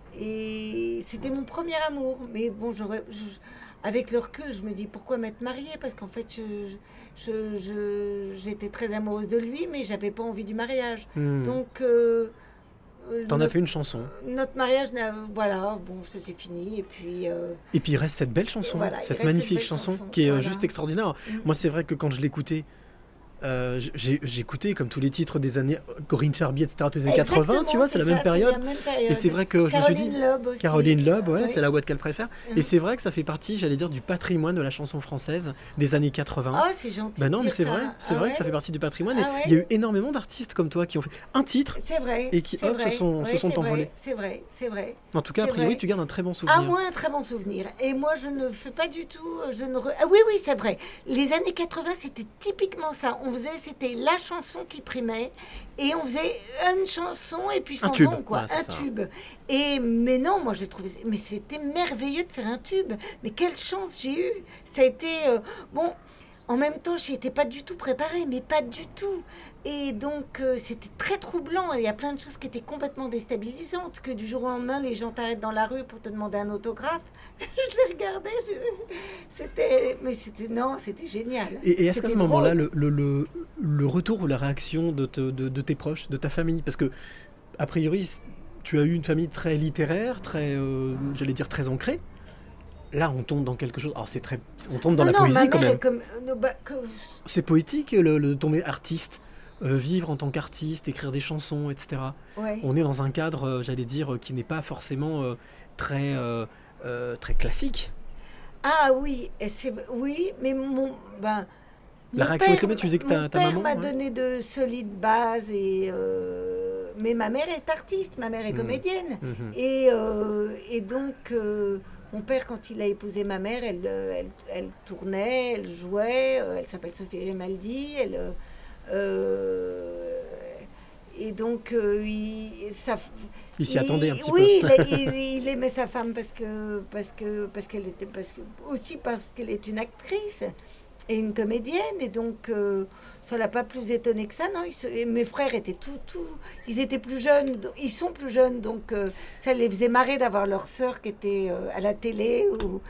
et c'était mon premier amour. Mais bon, j'aurais, je- avec le recul, je me dis pourquoi m'être mariée, parce qu'en fait, je, je- je- j'étais très amoureuse de lui, mais j'avais pas envie du mariage. Hmm. Donc, euh, euh, T'en as notre- fait une chanson. Notre mariage, n'a- voilà, bon, ça c'est fini, et puis. euh, Et puis il reste cette belle chanson, Voilà, il cette reste magnifique cette belle chanson, chanson, qui est euh, voilà. juste extraordinaire. Mm. Moi, c'est vrai que quand je l'écoutais, euh, j'ai j'ai écouté comme tous les titres des années Corinne Charbier, et cetera, des années quatre-vingts, Exactement, tu vois, c'est la ça, même période. la même période. Et c'est vrai que je me suis dit, Caroline Loeb aussi. Caroline Loeb, ouais, Oui. c'est la boîte qu'elle préfère. Mhm. Et c'est vrai que ça fait partie, j'allais dire, du patrimoine de la chanson française des années quatre-vingts. Ah, c'est gentil. Ben non, de mais dire c'est ça. vrai, c'est Ah vrai ouais. que ça fait partie du patrimoine. Ah et ouais. il y a eu énormément d'artistes comme toi qui ont fait un titre. C'est vrai. Et qui, c'est hop, se vrai. sont- se Ouais, sont c'est vrai, envolés. C'est vrai, c'est vrai. En tout cas, a C'est priori, vrai. tu gardes un très bon souvenir. Ah, moi, un très bon souvenir. Et moi, je ne fais pas du tout. Je ne re- Ah oui, oui, c'est vrai. Les années quatre-vingts, c'était typiquement ça. On faisait, c'était la chanson qui primait. Et on faisait une chanson et puis s'en tube. vont, quoi. Ouais, c'est un ça. tube. Et, mais non, moi, j'ai trouvé. Mais c'était merveilleux de faire un tube. Mais quelle chance j'ai eue. Ça a été. euh, Bon. En même temps, je n'y étais pas du tout préparée, mais pas du tout. Et donc, euh, c'était très troublant. Il y a plein de choses qui étaient complètement déstabilisantes. Que du jour au lendemain, les gens t'arrêtent dans la rue pour te demander un autographe. je les regardais. je- C'était... Mais c'était... Non, c'était génial. Et, et est-ce qu'à ce C'était moment-là, drôle. le, le, le, le retour ou la réaction de, te- de, de tes proches, de ta famille, parce que, a priori, tu as eu une famille très littéraire, très, euh, j'allais dire, très ancrée. Là, on tombe dans quelque chose. Alors, c'est très. On tombe dans non, la non, poésie ma quand mère même. est comme... non, bah, que- C'est poétique, le, le tomber artiste, euh, vivre en tant qu'artiste, écrire des chansons, et cetera. ouais. On est dans un cadre, euh, j'allais dire, euh, qui n'est pas forcément euh, très, euh, euh, très classique. Ah oui, et c'est... oui, mais mon... Ben, La mon réaction père- était bien, tu disais que ta- mon ta père maman, m'a ouais. donné de solides bases, et, euh, mais ma mère est artiste, ma mère est Mhm. comédienne. Mhm. Et, euh, et donc, euh, mon père, quand il a épousé ma mère, elle, euh, elle, elle tournait, elle jouait, euh, elle s'appelle Sophie Grimaldi, elle... euh, euh, et donc, euh, il, ça, Il s'y il- attendait un petit oui, peu. il, il, il aimait sa femme parce que, parce que, parce qu'elle était, parce que, aussi parce qu'elle est une actrice et une comédienne, et donc euh, ça l'a pas plus étonné que ça, non. Ils se- et mes frères étaient tout, tout, ils étaient plus jeunes, do- ils sont plus jeunes, donc euh, ça les faisait marrer d'avoir leur sœur qui était euh, à la télé ou.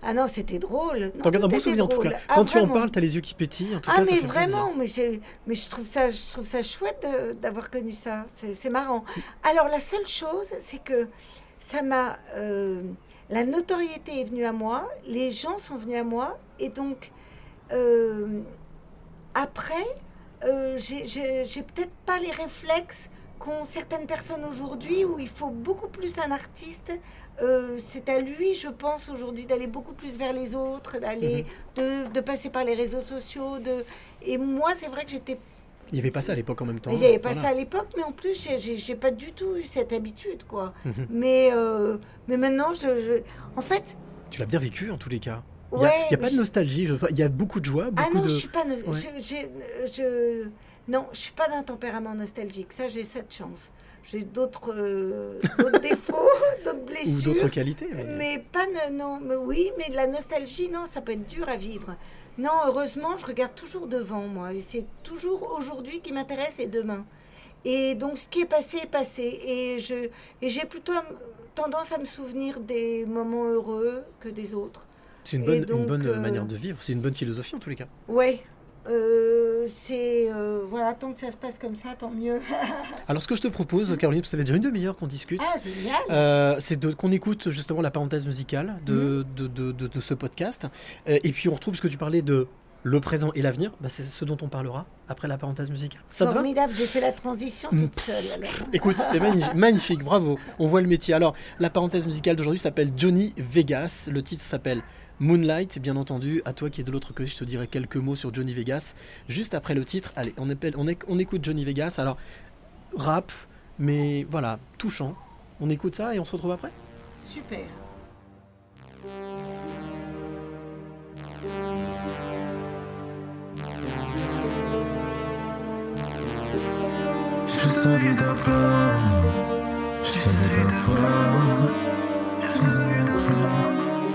Ah non, c'était drôle. Non, T'en gardes un tout bon était souvenir en tout drôle. cas. Ah, Quand tu en vraiment. parles, t'as les yeux qui pétillent. En tout Ah cas, ça mais fait vraiment, plaisir. mais, je, mais je, trouve ça, je trouve ça chouette de- d'avoir connu ça. C'est c'est marrant. Alors la seule chose, c'est que ça m'a... euh, la notoriété est venue à moi, les gens sont venus à moi, et donc euh, après, euh, j'ai j'ai- j'ai peut-être pas les réflexes qu'ont certaines personnes aujourd'hui, où il faut beaucoup plus un artiste. Euh, c'est à lui, je pense, aujourd'hui, d'aller beaucoup plus vers les autres, d'aller, de, de passer par les réseaux sociaux. De... Et moi, c'est vrai que j'étais... Il n'y avait pas ça à l'époque en même temps. Il n'y avait pas Voilà. ça à l'époque, mais en plus, j'ai- j'ai j'ai pas du tout eu cette habitude, quoi. Mhm. Mais, euh, mais maintenant, je, je- en fait, Tu l'as bien vécu en tous les cas. Il n'y a, ouais, il y a pas mais de je- nostalgie. je- Il y a beaucoup de joie, Ah beaucoup non, de. je suis pas... no- Ouais. je, j'ai- je- Non, je suis pas d'un tempérament nostalgique. Ça, j'ai cette chance. J'ai d'autres euh, d'autres défauts, d'autres blessures. Ou d'autres qualités. mais- Mais pas ne- non, mais oui, mais la nostalgie, non, ça peut être dur à vivre. Non, heureusement, je regarde toujours devant moi. Et c'est toujours aujourd'hui qui m'intéresse et demain. Et donc, ce qui est passé est passé. Et je et j'ai plutôt tendance à me souvenir des moments heureux que des autres. C'est une Et bonne, donc, une bonne euh, manière de vivre. C'est une bonne philosophie en tous les cas. Ouais. Euh, c'est euh, voilà, tant que ça se passe comme ça, tant mieux. Alors, ce que je te propose, Caroline, parce que ça fait déjà une demi-heure qu'on discute. Ah, génial. Euh, c'est de- qu'on écoute justement la parenthèse musicale de, Mhm. de, de, de- de ce podcast. Euh, et puis on retrouve ce que tu parlais de le présent et l'avenir. Bah, c'est ce dont on parlera après la parenthèse musicale. Ça te va? Formidable, j'ai fait la transition Mm. toute seule. Alors. Écoute, c'est magnifique, magnifique, bravo. On voit le métier. Alors, la parenthèse musicale d'aujourd'hui s'appelle Johnny Vegas. Le titre s'appelle Moonlight, bien entendu. À toi qui es de l'autre côté, je te dirai quelques mots sur Johnny Vegas juste après le titre. Allez, on, appelle, on, éc- on écoute Johnny Vegas. Alors, rap, mais voilà, touchant. On écoute ça et on se retrouve après. Super. Je savais d'abord, je savais d'abord, je savais d'abord.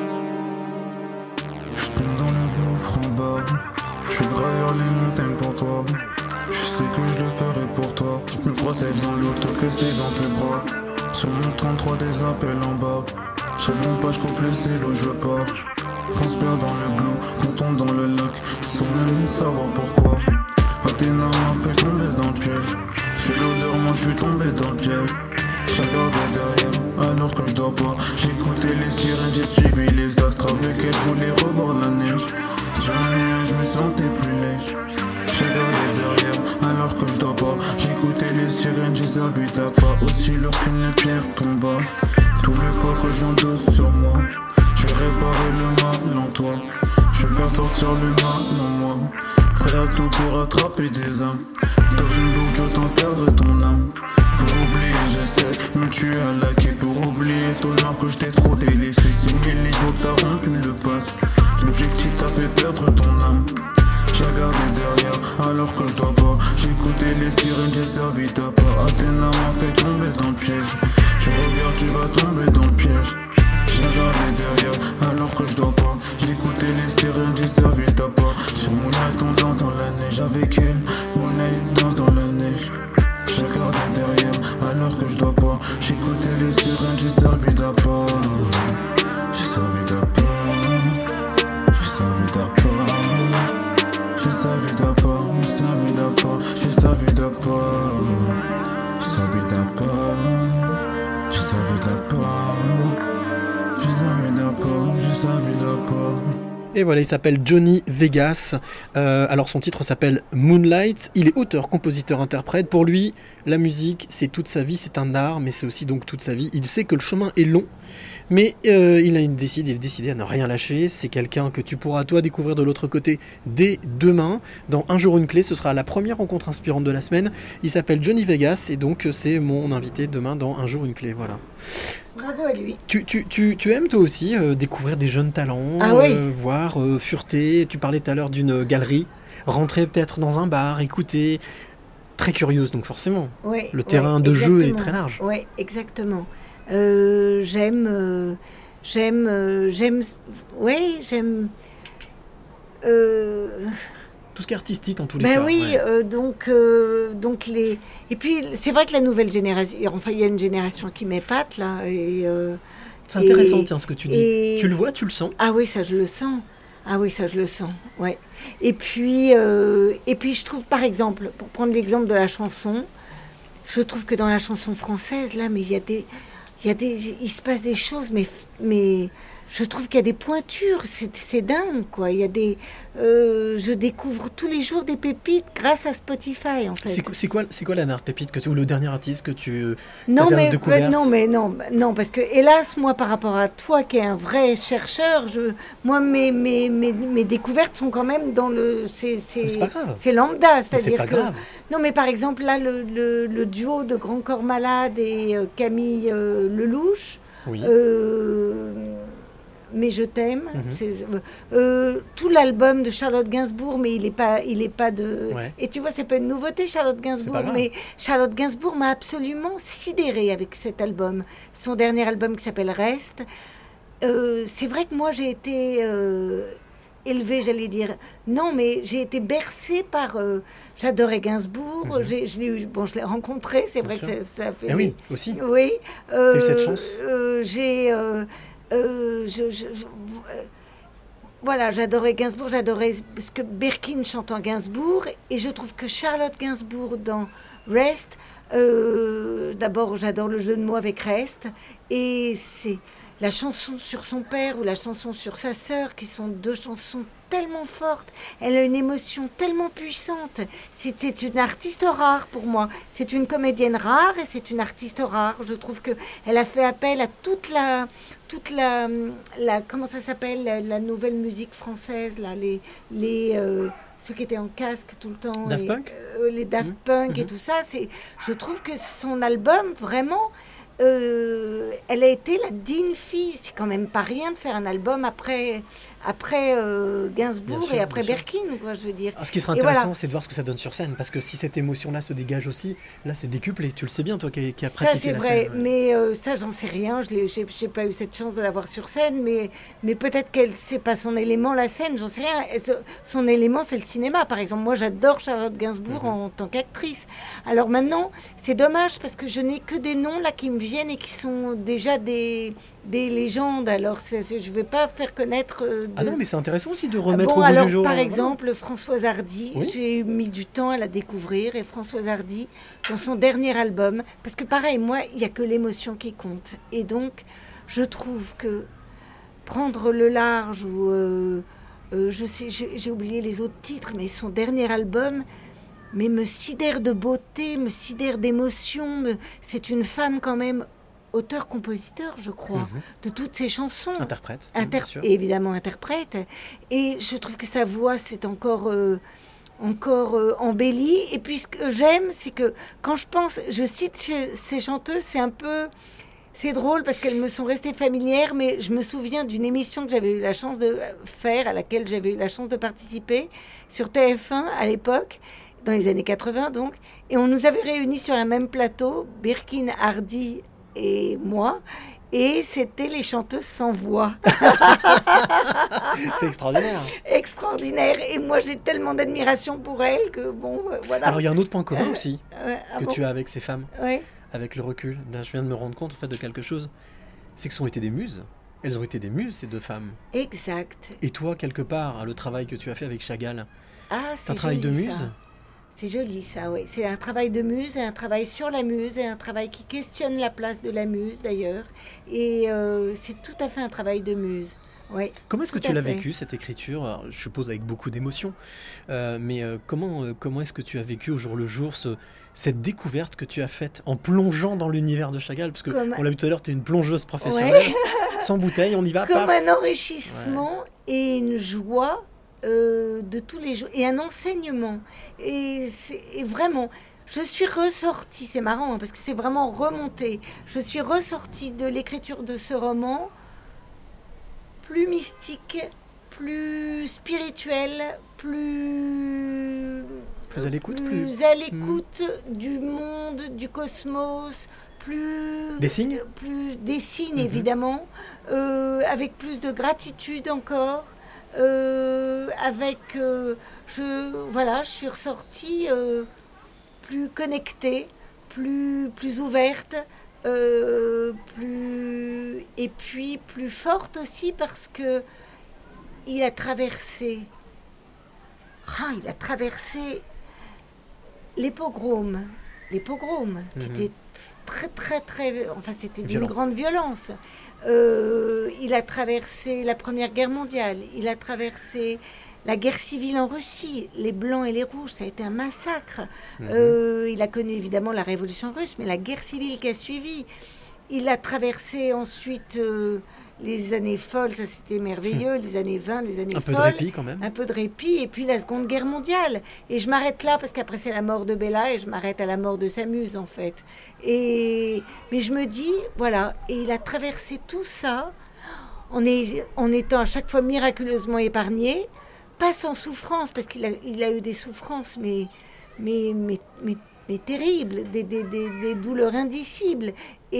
Je tombe dans le gouffre en bas, je vais gravir les montagnes pour toi. Je sais que je le ferai pour toi. Je me procède dans l'auto que c'est dans tes bras. Sur mon trente-trois des appels en bas. J'allume pas, je coupe le célo, je veux pas. Transpire dans le blue, qu'on tombe dans le lac, sans même savoir pourquoi. Athéna m'a fait tomber dans le piège. J'ai l'odeur, moi je suis tombé dans le piège. J'ai regardé derrière, alors que je dois pas. J'écoutais les sirènes, j'ai suivi les astres. Avec elles, je voulais revoir la neige. Sur le nuage, je me sentais plus léger. J'ai regardé derrière, alors que je dois pas. J'écoutais les sirènes, j'ai servi ta pas. Aussi leur qu'une pierre tomba. Tout le poids que j'endosse sur moi. Je vais réparer le mal en toi. Je vais faire sortir le mal en moi. Prêt à tout pour attraper des âmes. Dans une boucle, j'entends perdre ton âme. Pour oublier, j'essaie, me tuer à la quai. Pour oublier ton art que je t'ai trop délaissé. Six mille livres que t'as rompu le pacte. L'objectif t'a fait perdre ton âme. J'ai regardé derrière, alors que je dois pas. J'écoutais les sirènes, j'ai servi ta part. Athéna m'a fait tomber dans le piège. Je regarde, tu vas tomber dans le piège. J'ai regardé derrière, alors que je dois pas. J'écoutais les sirènes, j'ai servi ta part. Sur mon œil, on danse dans la neige. Avec elle, mon œil danse dans la neige. J'ai regardé derrière, alors que je dois pas. J'écoutais les sirènes, j'ai servi ta part. J'ai servi ta part. J'ai servi ta part. J'ai servi ta part. J'ai servi ta part. J'ai servi ta part. J'ai servi ta part. J'ai servi ta part. J'ai servi ta part. J'ai servi ta part. Et voilà, il s'appelle Johnny Vegas. Euh, alors son titre s'appelle Moonlight. Il est auteur, compositeur, interprète. Pour lui, la musique, c'est toute sa vie, c'est un art, mais c'est aussi donc toute sa vie. Il sait que le chemin est long, mais euh, il a une décide, il est décidé à ne rien lâcher. C'est quelqu'un que tu pourras toi découvrir de l'autre côté dès demain. Dans Un jour une clé, ce sera la première rencontre inspirante de la semaine. Il s'appelle Johnny Vegas et donc c'est mon invité demain dans Un jour une clé. Voilà. Bravo à lui. Tu, tu, tu, tu aimes toi aussi euh, découvrir des jeunes talents, Ah oui. euh, voir, euh, fureter. Tu parlais tout à l'heure d'une galerie, rentrer peut-être dans un bar, écouter. Très curieuse donc forcément. Ouais, Le terrain ouais, de jeu est exactement. très large. Oui, exactement. Euh, j'aime, euh, j'aime, euh, j'aime, oui, j'aime. Euh, Tout ce qui est artistique en tous les ben cas. oui, ouais. euh, donc, euh, donc les. Et puis c'est vrai que la nouvelle génération, enfin il y a une génération qui m'épate là, et euh, C'est intéressant, Et- tiens, ce que tu dis. et- Tu le vois, tu le sens. Ah oui, ça je le sens. Ah oui, ça je le sens. Ouais. Et puis, euh, et puis je trouve par exemple, pour prendre l'exemple de la chanson, je trouve que dans la chanson française là, mais il y a des, il y a des, il se passe des choses, mais mais je trouve qu'il y a des pointures. C'est c'est dingue quoi. Il y a des, euh, je découvre tous les jours des pépites grâce à Spotify en fait. C'est quoi, c'est quoi, c'est quoi la dernière pépite que tu, ou le dernier artiste que tu. Non ta mais, dernière découverte non mais non non parce que hélas moi par rapport à toi qui est un vrai chercheur, je moi mes mes mes, mes découvertes sont quand même dans le c'est c'est Mais c'est pas grave. c'est lambda, Mais c'est c'est-à-dire pas que grave. non mais par exemple là le, le, le duo de Grand Corps Malade et euh, Camille euh, Lelouch Oui. euh, mais je t'aime. Mhm. C'est, euh, tout l'album de Charlotte Gainsbourg, mais il est pas, il est pas de. Ouais. Et tu vois, c'est pas une nouveauté, Charlotte Gainsbourg, grave. mais Charlotte Gainsbourg m'a absolument sidérée avec cet album, son dernier album qui s'appelle Reste. Euh, c'est vrai que moi j'ai été euh, élevée, j'allais dire. Non, mais j'ai été bercée par. Euh, j'adorais Gainsbourg. Mhm. j'ai, je l'ai eu- bon, je l'ai rencontré. C'est Bien vrai sûr. que ça, ça fait. Eh oui, aussi. Oui. T'as eu cette euh, chance euh, J'ai. euh, euh, je, je- je- euh, voilà, j'adorais Gainsbourg, j'adorais parce que Birkin chante en Gainsbourg et je trouve que Charlotte Gainsbourg dans Rest, euh, d'abord j'adore le jeu de mots avec Rest et c'est la chanson sur son père ou la chanson sur sa sœur qui sont deux chansons tellement fortes, elle a une émotion tellement puissante. C'est, c'est une artiste rare pour moi. C'est une comédienne rare et c'est une artiste rare. Je trouve que elle a fait appel à toute la, toute la, la comment ça s'appelle, la, la nouvelle musique française là, les, les euh, ceux qui étaient en casque tout le temps, Daft et, Punk euh, les Daft Mmh. Punk et Mmh. tout ça. C'est, je trouve que son album vraiment. Euh, elle a été la digne fille. C'est quand même pas rien de faire un album après, après euh, Gainsbourg Bien sûr, et après bien sûr. Birkin, quoi, je veux dire. Ah, ce qui sera Et intéressant, voilà. c'est de voir ce que ça donne sur scène. Parce que si cette émotion-là se dégage aussi, là, c'est décuplé. Tu le sais bien, toi qui, qui as Ça, pratiqué c'est la vrai, scène. ouais. mais euh, ça, j'en sais rien. Je n'ai j'ai pas eu cette chance de la voir sur scène, mais, mais peut-être qu'elle c'est pas son élément, la scène, j'en sais rien. Et ce- Son élément, c'est le cinéma, par exemple. Moi, j'adore Charlotte Gainsbourg Mhm. en tant qu'actrice. Alors maintenant, c'est dommage parce que je n'ai que des noms là qui me viennent et qui sont déjà des, des légendes. Alors, c'est- c'est- je ne vais pas faire connaître. euh, de... Ah non, mais c'est intéressant aussi de remettre Bon, au goût alors, du jour. par voilà. exemple, Françoise Hardy, Oui. j'ai mis du temps à la découvrir. Et Françoise Hardy, dans son dernier album, parce que pareil, moi, il n'y a que l'émotion qui compte. Et donc, je trouve que prendre le large ou... euh, euh, je sais, j'ai j'ai oublié les autres titres, mais son dernier album... mais me sidère de beauté, me sidère d'émotion. me- C'est une femme quand même auteur-compositeur, je crois, Mhm. de toutes ses chansons. Interprète. Inter- bien sûr. et évidemment interprète. Et je trouve que sa voix, c'est encore, euh, encore euh, embellie. Et puis ce que j'aime, c'est que quand je pense, je cite chez- ces chanteuses, c'est un peu... C'est drôle parce qu'elles me sont restées familières, mais je me souviens d'une émission que j'avais eu la chance de faire, à laquelle j'avais eu la chance de participer, sur T F un à l'époque, dans les années quatre-vingts donc, et on nous avait réunis sur un même plateau, Birkin, Hardy et moi, et c'était les chanteuses sans voix. C'est extraordinaire. Extraordinaire. Et moi, j'ai tellement d'admiration pour elles que, bon, euh, voilà. Alors, il y a un autre point commun aussi Ouais, ah que bon tu as avec ces femmes, Ouais. avec le recul. Là, je viens de me rendre compte en fait de quelque chose. C'est que ce ont été des muses. Elles ont été des muses, ces deux femmes. Exact. Et toi, quelque part, le travail que tu as fait avec Chagall, Ah, c'est c'est un travail de joli, muse. ça. C'est joli ça, oui. C'est un travail de muse, et un travail sur la muse, et un travail qui questionne la place de la muse d'ailleurs. Et euh, c'est tout à fait un travail de muse. Ouais, Comment est-ce que tout tu à l'as fait. vécu, cette écriture? Alors, je suppose avec beaucoup d'émotion. Euh, mais euh, comment, euh, comment est-ce que tu as vécu au jour le jour ce, cette découverte que tu as faite en plongeant dans l'univers de Chagall? Parce que, Comme- on l'a vu tout à l'heure, tu es une plongeuse professionnelle. Sans bouteille, on y va, Comme paf. un enrichissement et une joie euh, de tous les jours, et un enseignement. Et, c'est, et vraiment, je suis ressortie, c'est marrant, hein, parce que c'est vraiment remonté, je suis ressortie de l'écriture de ce roman plus mystique, plus spirituelle, plus... Plus à l'écoute, plus plus- à l'écoute du monde, du cosmos, plus... Des signes Plus des signes, Mhm. évidemment, euh, avec plus de gratitude encore, euh, avec... euh, je, voilà, je suis ressortie euh, plus connectée, plus, plus ouverte, euh, plus et puis plus forte aussi parce que il a traversé, ah, il a traversé les pogroms, les pogroms qui Mhm. étaient très très très, enfin c'était d'une Violent. grande violence. Euh, il a traversé la Première Guerre mondiale, il a traversé la guerre civile en Russie, les Blancs et les Rouges, ça a été un massacre. Mhm. Euh, il a connu évidemment la Révolution russe, mais la guerre civile qui a suivi. Il a traversé ensuite euh, les années folles, ça c'était merveilleux, les années vingt, les années Un peu folles. de répit quand même. Un peu de répit, et puis la Seconde Guerre mondiale. Et je m'arrête là, parce qu'après c'est la mort de Bella, et je m'arrête à la mort de Samuse, en fait. Et... Mais je me dis, voilà, et il a traversé tout ça en, est... en étant à chaque fois miraculeusement épargné, pas sans souffrance, parce qu'il a, il a eu des souffrances, mais, mais, mais, mais, mais terribles, des, des, des, des douleurs indicibles.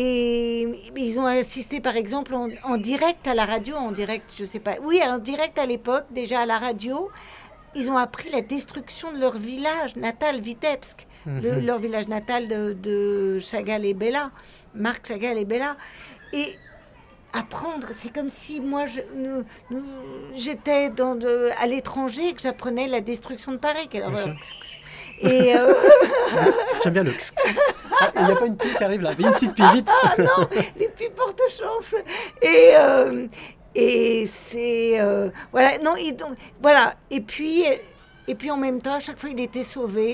Et ils ont assisté, par exemple, en, en direct à la radio, en direct, je sais pas, oui, en direct à l'époque, déjà à la radio, ils ont appris la destruction de leur village natal, Vitebsk, le- Mhm. leur village natal de, de Chagall et Bella, Marc Chagall et Bella. Et apprendre, c'est comme si moi, je, nous, nous- j'étais dans de, à l'étranger et que j'apprenais la destruction de Paris. Alors, Bien euh, sûr. x- x- et euh, J'aime bien le x. Ah, il n'y a pas une pile qui arrive là. Une petite pile, vite. ah non, les plus porte chance. Et euh, et c'est euh, voilà, non, et donc voilà. Et puis et puis en même temps, à chaque fois, il était sauvé.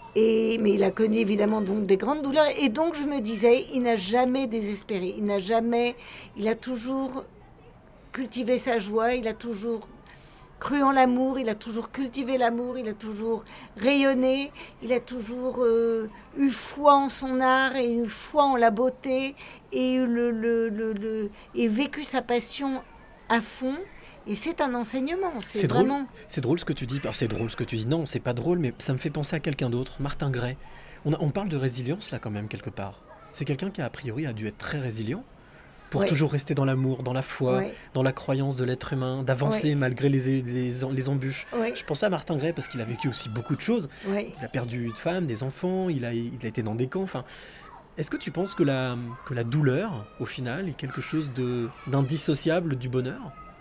Et mais il a connu évidemment donc des grandes douleurs. Et donc je me disais, il n'a jamais désespéré. Il n'a jamais, il a toujours cultivé sa joie. Il a toujours cru en l'amour, il a toujours cultivé l'amour, il a toujours rayonné, il a toujours euh, eu foi en son art et eu foi en la beauté et, eu le, le, le, le- et vécu sa passion à fond. Et c'est un enseignement, c'est, C'est drôle. vraiment... C'est drôle ce que tu dis. Alors, c'est drôle ce que tu dis. Non, c'est pas drôle, mais ça me fait penser à quelqu'un d'autre. Martin Gray. On, a- on parle de résilience là quand même quelque part. C'est quelqu'un qui a priori a dû être très résilient pour Ouais. toujours rester dans l'amour, dans la foi, Ouais. dans la croyance de l'être humain, d'avancer Ouais. malgré les, les, les embûches. Ouais. Je pensais à Martin Gray parce qu'il a vécu aussi beaucoup de choses. Ouais. Il a perdu une femme, des enfants, il a, il a été dans des camps. Enfin, est-ce que tu penses que la, que la douleur, au final, est quelque chose de, d'indissociable du bonheur?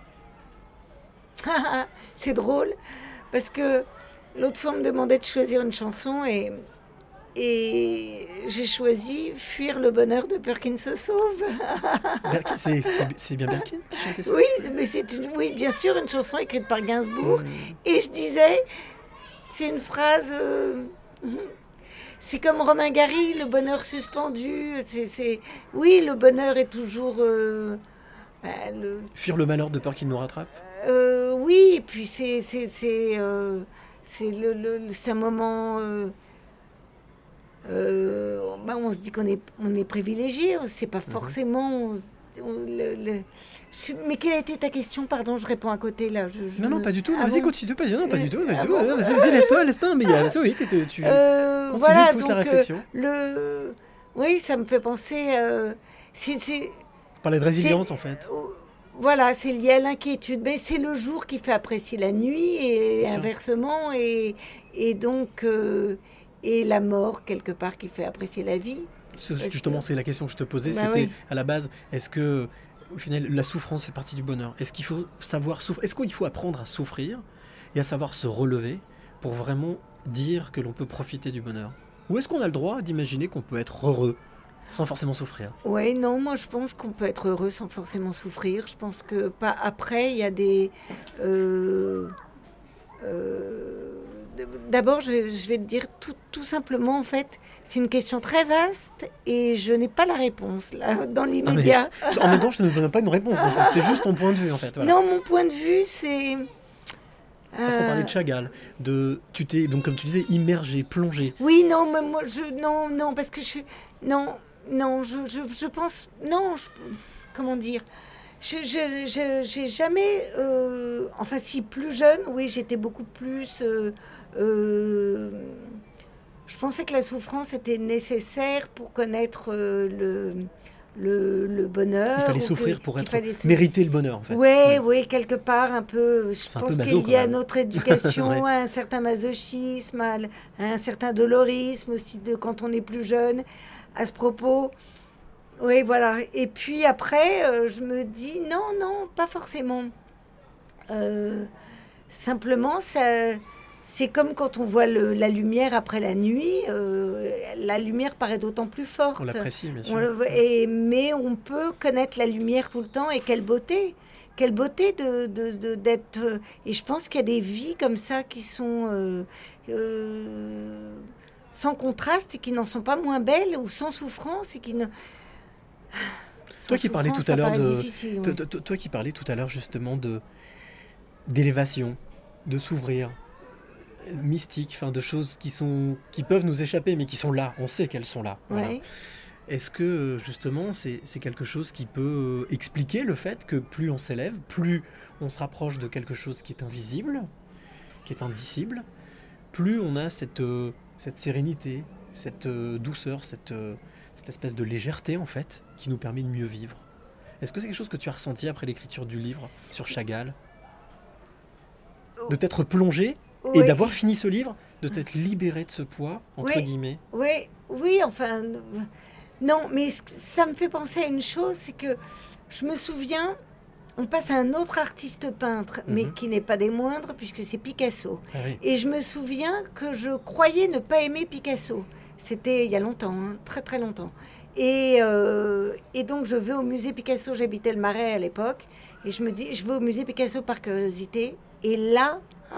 C'est drôle, parce que l'autre fois on me demandait de choisir une chanson et, et j'ai choisi Fuir le bonheur de Perkins se sauve. Berkin- c'est, c'est, c'est bien Berkin qui chantait ça? Oui, mais c'est une, oui, bien sûr, une chanson écrite par Gainsbourg. Mmh. Et je disais, c'est une phrase. euh, c'est comme Romain Gary, le bonheur suspendu. C'est, c'est, oui, le bonheur est toujours. euh, bah, le, Fuir le malheur de peur qu'il nous rattrape? euh, oui, et puis c'est, c'est, c'est, euh, c'est, le, le- le- c'est un moment. euh, euh, bah, on se dit qu'on est, on est privilégié, c'est pas forcément. on se- on- le- le- je- mais quelle a été ta question? Pardon, je réponds à côté là. Je, je Non, non, me- pas du tout. Ah Vas-y, bon continue. Pas, non, pas du tout. Pas Ah du tout. bon Vas-y, vas-y, laisse-toi, laisse-toi. Mais il y a, oui, t'étais- tu Euh, continue, voilà, pousse donc la réflexion. euh, le, oui, ça me fait penser. euh, c'est, c'est, On parlait de résilience, en fait. euh, voilà, c'est lié à l'inquiétude, mais c'est le jour qui fait apprécier la nuit et Bien sûr. inversement, et, et donc euh, et la mort quelque part qui fait apprécier la vie. C'est- Parce Justement, que- c'est la question que je te posais. Bah C'était oui. à la base, est-ce que, au final, la souffrance fait partie du bonheur? Est-ce qu'il faut savoir souffrir? Est-ce qu'il faut apprendre à souffrir et à savoir se relever pour vraiment dire que l'on peut profiter du bonheur? Ou est-ce qu'on a le droit d'imaginer qu'on peut être heureux sans forcément souffrir? Ouais, non, moi je pense qu'on peut être heureux sans forcément souffrir. Je pense que pas après, il y a des. euh, euh, D'abord, je, je vais te dire tout, tout simplement, en fait, c'est une question très vaste et je n'ai pas la réponse là, dans Ah, mais l'immédiat. je- en même temps, je ne donne pas une réponse. donc C'est juste ton point de vue, en fait. Voilà. Non, mon point de vue, c'est. Parce qu'on euh, parlait de Chagall, de tu t'es donc comme tu disais immergé, plongé. Oui, non, mais moi, je, non, non, parce que je, non, non, je, je, je pense, non, je, comment dire, je, je, je- j'ai jamais, euh, enfin, si plus jeune, oui, j'étais beaucoup plus, euh, euh, je pensais que la souffrance était nécessaire pour connaître euh, le, le, le bonheur. Il fallait ou que- souffrir pour qu'il être fallait souffrir. mériter le bonheur, en fait. Oui, Ouais. oui, quelque part un peu. Je un pense peu qu'il maso, y a quand même. notre éducation, Ouais. à un certain masochisme, à l- à un certain dolorisme aussi de quand on est plus jeune. À ce propos, Oui, voilà. Et puis après, euh, je me dis non, non, pas forcément. Euh, simplement, ça, c'est comme quand on voit le- la lumière après la nuit. euh, la lumière paraît d'autant plus forte. On l'apprécie, bien sûr. On le voit- et- mais on peut connaître la lumière tout le temps et quelle beauté. Quelle beauté de, de- de- d'être... euh, Et je pense qu'il y a des vies comme ça qui sont euh, euh, sans contraste et qui n'en sont pas moins belles ou sans souffrance et qui ne... Toi Sans qui parlais souffrance, tout à ça l'heure paraît de, difficile, toi, oui. toi- toi qui parlais tout à l'heure justement de d'élévation, de s'ouvrir, euh, mystique, enfin de choses qui sont qui peuvent nous échapper mais qui sont là. On sait qu'elles sont là. Voilà. Ouais. Est-ce que euh, justement c'est c'est quelque chose qui peut euh, expliquer le fait que plus on s'élève, plus on se rapproche de quelque chose qui est invisible, qui est indicible, plus on a cette euh, cette sérénité, cette euh, douceur, cette euh, cette espèce de légèreté en fait qui nous permet de mieux vivre. Est-ce que c'est quelque chose que tu as ressenti après l'écriture du livre sur Chagall? De t'être plongé et Oui. d'avoir fini ce livre, de t'être libéré de ce poids, entre Oui. guillemets. Oui, oui, enfin, euh, non, mais ce que- ça me fait penser à une chose, c'est que je me souviens, on passe à un autre artiste peintre, mais Mhm. qui n'est pas des moindres, puisque c'est Picasso. Ah oui. Et je me souviens que je croyais ne pas aimer Picasso. C'était il y a longtemps, hein, très très longtemps. Et, euh, et donc je vais au musée Picasso, j'habitais le Marais à l'époque, et je me dis, je vais au musée Picasso par curiosité, et là...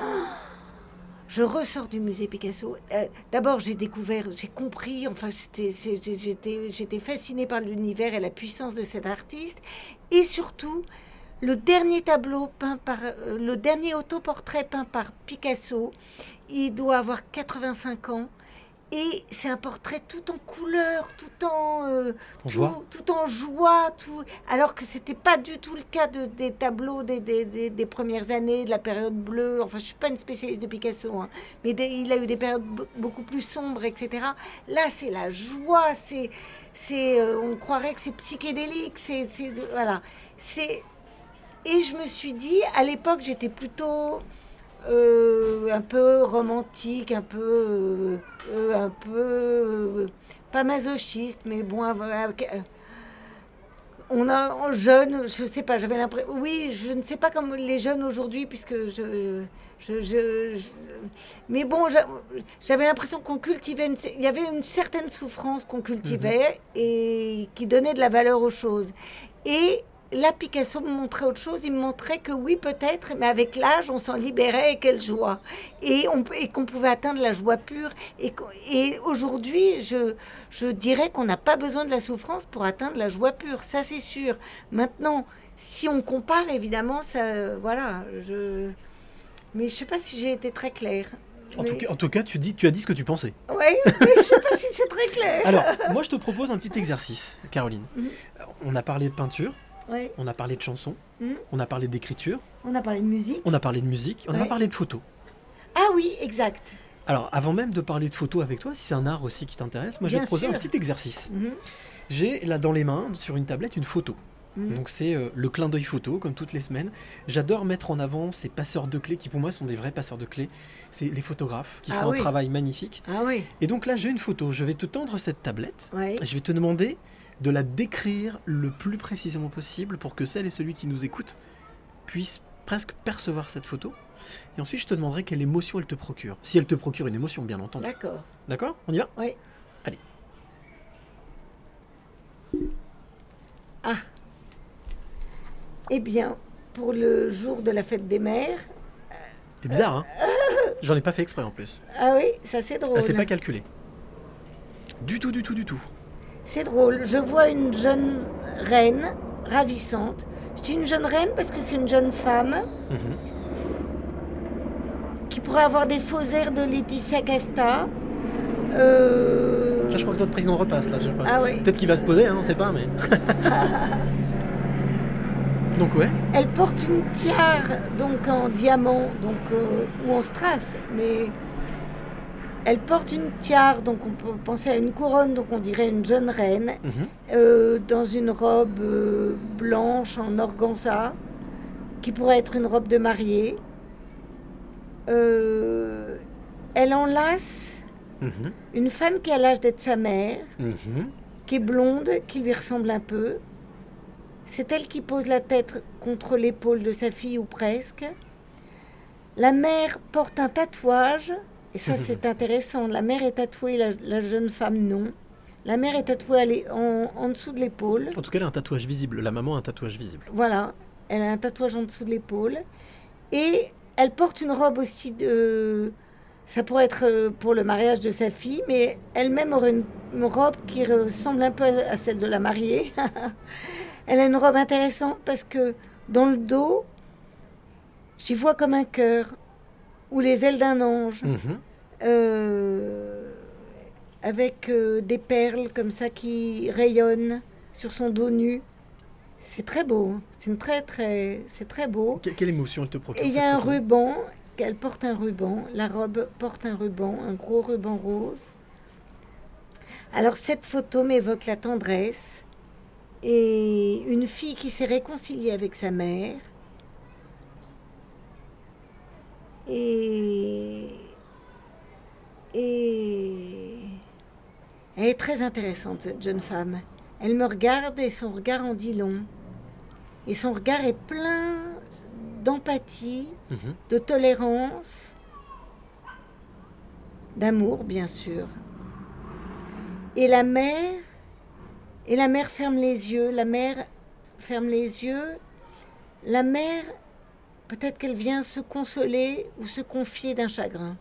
Je ressors du musée Picasso. Euh, D'abord, j'ai découvert, j'ai compris, enfin, c'était- c'est- j'ai- j'étais j'étais fascinée par l'univers et la puissance de cet artiste. Et surtout, le dernier tableau peint par, euh, le dernier autoportrait peint par Picasso, il doit avoir quatre-vingt-cinq ans. Et c'est un portrait tout en couleur, tout en, euh, En tout, joie. tout en joie, tout, alors que c'était pas du tout le cas de, des tableaux des, des, des, des premières années, de la période bleue. Enfin, je suis pas une spécialiste de Picasso, hein, mais des- il a eu des périodes be- beaucoup plus sombres, et cetera. Là, c'est la joie, c'est, c'est, euh, on croirait que c'est psychédélique, c'est, c'est, de- voilà, c'est. Et je me suis dit, à l'époque, j'étais plutôt euh, un peu romantique, un peu, euh, euh, un peu, euh, pas masochiste, mais bon, euh, euh, on a, en jeune, je sais pas, j'avais l'impression, oui, je ne sais pas comme les jeunes aujourd'hui, puisque je, je, je, je- mais bon, j'a- j'avais l'impression qu'on cultivait, une- il y avait une certaine souffrance qu'on cultivait et qui donnait de la valeur aux choses. Et là, Picasso me montrait autre chose. Il me montrait que oui, peut-être, mais avec l'âge, on s'en libérait et quelle joie. Et, on, et qu'on pouvait atteindre la joie pure. Et, qu'o- et aujourd'hui, je, je dirais qu'on n'a pas besoin de la souffrance pour atteindre la joie pure. Ça, c'est sûr. Maintenant, si on compare, évidemment, ça, voilà. Je... Mais je ne sais pas si j'ai été très claire. En, Mais- tout cas, en tout cas, tu, dis, tu as dit ce que tu pensais. Oui, mais je ne sais pas si c'est très clair. Alors, moi, je te propose un petit exercice, Caroline. Mhm. On a parlé de peinture, Ouais. on a parlé de chansons, Mhm. on a parlé d'écriture, On a parlé de musique. on a parlé de musique, on a Ouais. parlé de photos. Ah oui, exact. Alors, avant même de parler de photos avec toi, si c'est un art aussi qui t'intéresse, moi, je vais Bien te poser un sûr. petit exercice. Mhm. J'ai là dans les mains, sur une tablette, une photo. Mhm. Donc c'est euh, le clin d'œil photo, comme toutes les semaines. J'adore mettre en avant ces passeurs de clés qui pour moi sont des vrais passeurs de clés. C'est les photographes qui Ah font oui. un travail magnifique. Ah oui. Et donc là j'ai une photo, je vais te tendre cette tablette. Ouais. Je vais te demander de la décrire le plus précisément possible pour que celle et celui qui nous écoute puissent presque percevoir cette photo. Et ensuite je te demanderai quelle émotion elle te procure. Si elle te procure une émotion bien entendu. D'accord. D'accord? On y va? Oui. Allez. Ah. Eh bien, pour le jour de la fête des mères. C'est bizarre, hein? J'en ai pas fait exprès en plus. Ah oui, ça c'est drôle. Ah, c'est pas calculé. Du tout, du tout, du tout. C'est drôle. Je vois une jeune reine ravissante. Je dis une jeune reine parce que c'est une jeune femme Mhm. qui pourrait avoir des faux airs de Laetitia Casta. Euh... Là, je crois que notre président repasse, là, je sais pas. Ah oui. Peut-être qu'il va se poser, hein, on sait pas, mais... Donc ouais, Elle porte une tiare donc en diamant, donc euh, ou en strass, mais elle porte une tiare, donc on peut penser à une couronne, donc on dirait une jeune reine, mhm. euh, dans une robe euh, blanche en organza, qui pourrait être une robe de mariée. Euh, elle enlace Mhm. une femme qui a l'âge d'être sa mère, Mhm. qui qui est blonde, qui lui ressemble un peu. C'est elle qui pose la tête contre l'épaule de sa fille, ou presque. La mère porte un tatouage, et ça c'est intéressant. La mère est tatouée, la, la jeune femme non. La mère est tatouée en, en dessous de l'épaule. En tout cas, elle a un tatouage visible. La maman a un tatouage visible. Voilà, elle a un tatouage en dessous de l'épaule. Et elle porte une robe aussi de... Ça pourrait être pour le mariage de sa fille, mais elle-même aurait une, une robe qui ressemble un peu à celle de la mariée. Elle a une robe intéressante parce que dans le dos, j'y vois comme un cœur ou les ailes d'un ange, mmh. euh, avec euh, des perles comme ça qui rayonnent sur son dos nu. C'est très beau. C'est une très très, c'est très beau. Que- quelle émotion elle te procure? Et il y a un ruban. Elle porte un ruban. La robe porte un ruban, un gros ruban rose. Alors cette photo m'évoque la tendresse et une fille qui s'est réconciliée avec sa mère. Et et elle est très intéressante, cette jeune femme. Elle me regarde et son regard en dit long. Et son regard est plein d'empathie, mmh. de tolérance, d'amour, bien sûr. Et la mère, et la mère ferme les yeux. La mère ferme les yeux. La mère, peut-être qu'elle vient se consoler ou se confier d'un chagrin.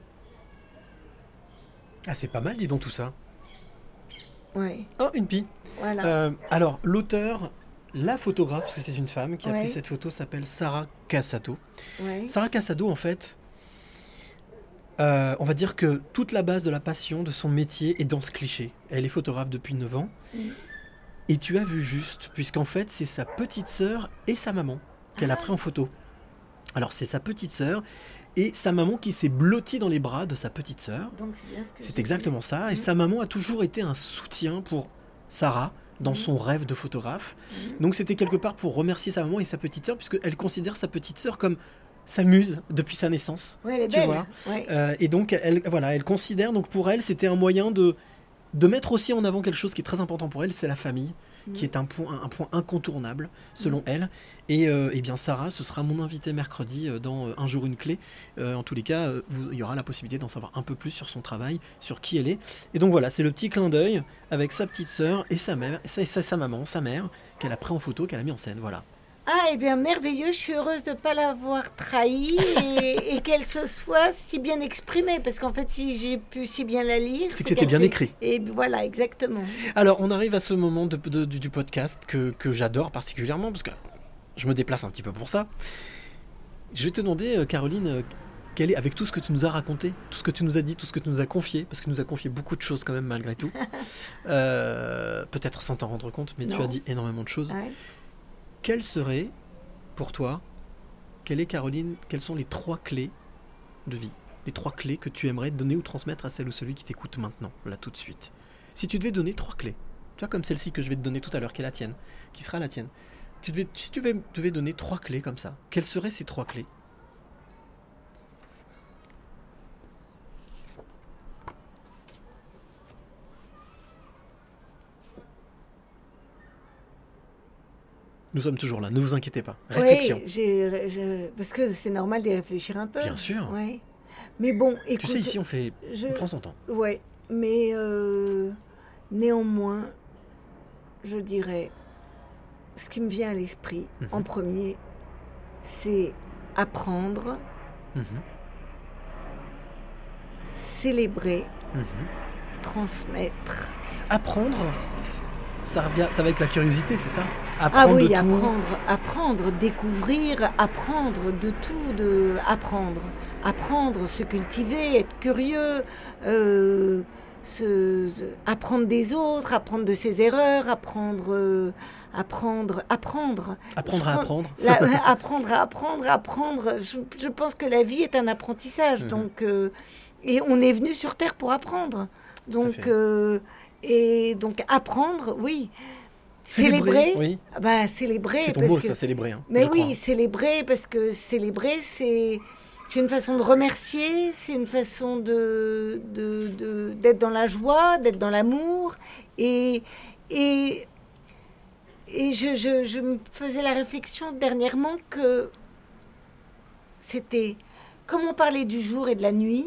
Ah, c'est pas mal, dis donc, tout ça. Oui. Oh, une pie. Voilà. Euh, alors, l'auteur, la photographe, parce que c'est une femme qui a ouais. pris cette photo, s'appelle Sarah Cassato. Ouais. Sarah Cassato, en fait, euh, on va dire que toute la base de la passion de son métier est dans ce cliché. Elle est photographe depuis neuf ans. Mm. Et tu as vu juste, puisqu'en fait, c'est sa petite sœur et sa maman qu'elle ah. a pris en photo. Alors, c'est sa petite sœur et sa maman qui s'est blottie dans les bras de sa petite sœur. Donc, c'est bien ce que c'est exactement vu. ça. Et mmh. sa maman a toujours été un soutien pour Sarah dans mmh. son rêve de photographe. Mmh. Donc, c'était quelque part pour remercier sa maman et sa petite sœur, puisqu'elle considère sa petite sœur comme sa muse depuis sa naissance. Ouais, elle est tu belle. vois ouais. euh, et donc, elle, voilà, elle considère, donc pour elle, c'était un moyen de, de mettre aussi en avant quelque chose qui est très important pour elle, c'est la famille. Qui est un point, un point incontournable selon mmh. elle. Et, euh, et bien Sarah, ce sera mon invitée mercredi euh, dans euh, Un jour une clé. Euh, en tous les cas, euh, vous, il y aura la possibilité d'en savoir un peu plus sur son travail, sur qui elle est. Et donc voilà, c'est le petit clin d'œil avec sa petite sœur et sa mère, et sa, sa, sa maman, sa mère, qu'elle a pris en photo, qu'elle a mis en scène. Voilà. Ah, eh bien, merveilleux, je suis heureuse de ne pas l'avoir trahie et, et qu'elle se soit si bien exprimée, parce qu'en fait, si j'ai pu si bien la lire... C'est que c'était bien écrit. Et voilà, exactement. Alors, on arrive à ce moment de, de, du, du podcast que, que j'adore particulièrement, parce que je me déplace un petit peu pour ça. Je vais te demander, Caroline, quelle est, avec tout ce que tu nous as raconté, tout ce que tu nous as dit, tout ce que tu nous as confié, parce que tu nous as confié beaucoup de choses quand même, malgré tout, euh, peut-être sans t'en rendre compte, mais non. Tu as dit énormément de choses. Ouais. Quelles seraient, pour toi, quelle est Caroline, quelles sont les trois clés de vie, les trois clés que tu aimerais donner ou transmettre à celle ou celui qui t'écoute maintenant, là tout de suite? Si tu devais donner trois clés, tu vois, comme celle-ci que je vais te donner tout à l'heure, qui est la tienne, qui sera la tienne, tu devais, si tu devais, devais donner trois clés comme ça, quelles seraient ces trois clés? Nous sommes toujours là, ne vous inquiétez pas. Réflexion. Oui, j'ai, j'ai, parce que c'est normal d'y réfléchir un peu. Bien sûr. Ouais. Mais bon, écoute... Tu sais, ici, on fait... Je... On prend son temps. Oui, mais euh, néanmoins, je dirais, ce qui me vient à l'esprit, mm-hmm. en premier, c'est apprendre, mm-hmm. célébrer, mm-hmm. transmettre. Apprendre Ça, revient, ça va avec la curiosité, c'est ça? Apprendre Ah oui, de apprendre, tout. apprendre, découvrir, apprendre de tout, de apprendre, apprendre, se cultiver, être curieux, euh, se, se, apprendre des autres, apprendre de ses erreurs, apprendre, euh, apprendre, apprendre. Apprendre à apprendre. La, apprendre à apprendre, apprendre. Je, je pense que la vie est un apprentissage, mmh. donc euh, et on est venu sur Terre pour apprendre, donc. Et donc apprendre, oui. Célébrer, célébrer, oui. Bah, célébrer. C'est ton mot, que... ça, célébrer. Hein, mais oui, crois. célébrer, parce que célébrer, c'est, c'est une façon de remercier, c'est une façon de, de, de, d'être dans la joie, d'être dans l'amour. Et, et, et je, je, je me faisais la réflexion dernièrement que c'était, comme on parlait du jour et de la nuit,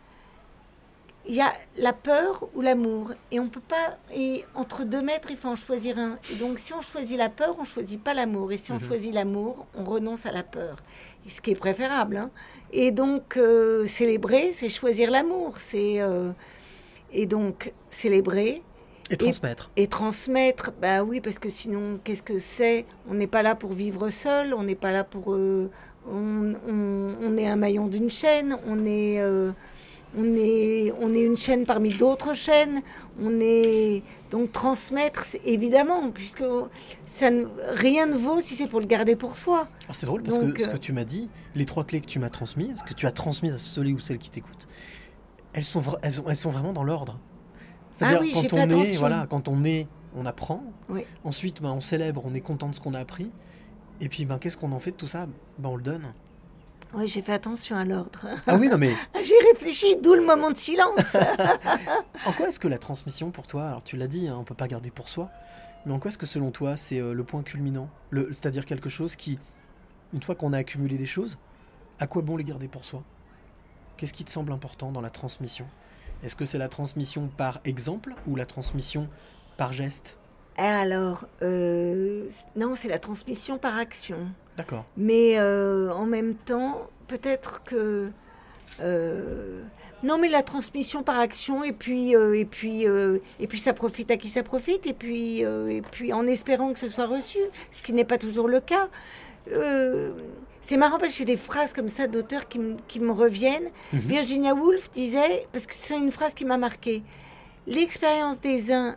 il y a la peur ou l'amour. Et on peut pas. Et entre deux maîtres, il faut en choisir un. Et donc, si on choisit la peur, on choisit pas l'amour. Et si on Mhm. choisit l'amour, on renonce à la peur. Et ce qui est préférable. Hein. Et donc, euh, célébrer, c'est choisir l'amour. C'est euh, et donc célébrer Et transmettre. et transmettre. Bah oui, parce que sinon, qu'est-ce que c'est? On n'est pas là pour vivre seul. On n'est pas là pour. Euh, on, on, on est un maillon d'une chaîne. On est. Euh, On est, on est une chaîne parmi d'autres chaînes. On est donc transmettre, c'est évidemment, puisque ça ne, rien ne vaut si c'est pour le garder pour soi. Alors c'est drôle parce Donc, que ce euh, que tu m'as dit, les trois clés que tu m'as transmises, que tu as transmises à celui ou celle qui t'écoute, elles sont, vra- elles, sont, elles sont vraiment dans l'ordre. C'est-à-dire Ah oui, j'ai quand fait on est, attention. voilà, quand on est, on apprend. Oui. Ensuite, ben, on célèbre, on est content de ce qu'on a appris. Et puis, ben, qu'est-ce qu'on en fait de tout ça? Ben, on le donne. Oui, j'ai fait attention à l'ordre. Ah oui, non mais J'ai réfléchi, d'où le moment de silence. en quoi est-ce que la transmission pour toi, alors tu l'as dit, hein, on peut pas garder pour soi, mais en quoi est-ce que selon toi c'est euh, le point culminant, le, c'est-à-dire quelque chose qui, une fois qu'on a accumulé des choses, à quoi bon les garder pour soi? Qu'est-ce qui te semble important dans la transmission? Est-ce que c'est la transmission par exemple ou la transmission par geste? Alors, euh, non, c'est la transmission par action. D'accord. Mais euh, en même temps, peut-être que... euh, non, mais la transmission par action, et puis, euh, et puis, euh, et puis ça profite à qui ça profite, et puis, euh, et puis en espérant que ce soit reçu, ce qui n'est pas toujours le cas. Euh, c'est marrant parce que j'ai des phrases comme ça d'auteurs qui, me- qui me reviennent. Mhm. Virginia Woolf disait, parce que c'est une phrase qui m'a marquée, l'expérience des uns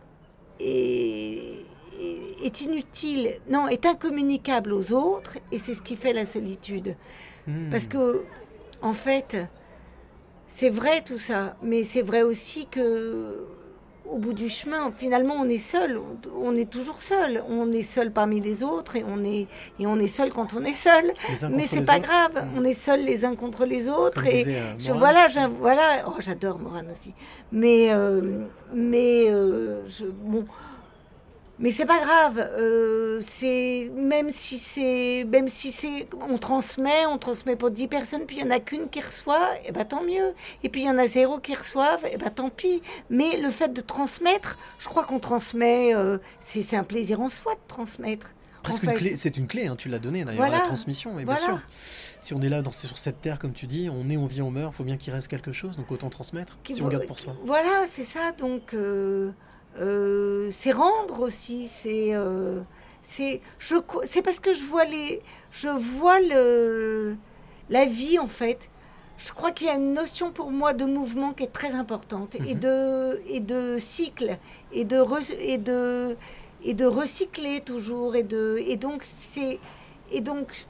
est, est- est inutile, non, est incommunicable aux autres, et c'est ce qui fait la solitude. Hmm. Parce que, en fait, c'est vrai tout ça, mais c'est vrai aussi que, au bout du chemin, finalement, on est seul. On, on est toujours seul. On est seul parmi les autres, et on est et on est seul quand on est seul. Les uns Mais contre c'est les pas autres. grave. Hmm. On est seuls les uns contre les autres. Comme Et disait, euh, je- Morane. voilà, j'a- voilà. Oh, j'adore Morane aussi. Mais euh, mais euh, je, bon. Mais c'est pas grave, euh, c'est même si c'est même si c'est on transmet, on transmet pour dix personnes, puis il y en a qu'une qui reçoit, et ben tant mieux. Et puis il y en a zéro qui reçoivent, et ben tant pis. Mais le fait de transmettre, je crois qu'on transmet, euh, c'est c'est un plaisir en soi de transmettre. Presque en une fait. clé, c'est une clé, hein, tu l'as donné d'ailleurs, Voilà. la transmission, et Voilà. bien sûr. Si on est là dans, sur cette terre, comme tu dis, on est, on vit, on meurt, faut bien qu'il reste quelque chose, donc autant transmettre, Qui si on vo- garde pour soi. Voilà, c'est ça. Donc, euh, euh, c'est rendre aussi. C'est, euh, c'est, je, co- c'est parce que je vois les, je vois le, la vie en fait. Je crois qu'il y a une notion pour moi de mouvement qui est très importante et Mhm. de, et de cycle et de, re- et de, et de recycler toujours et de, et donc c'est, et donc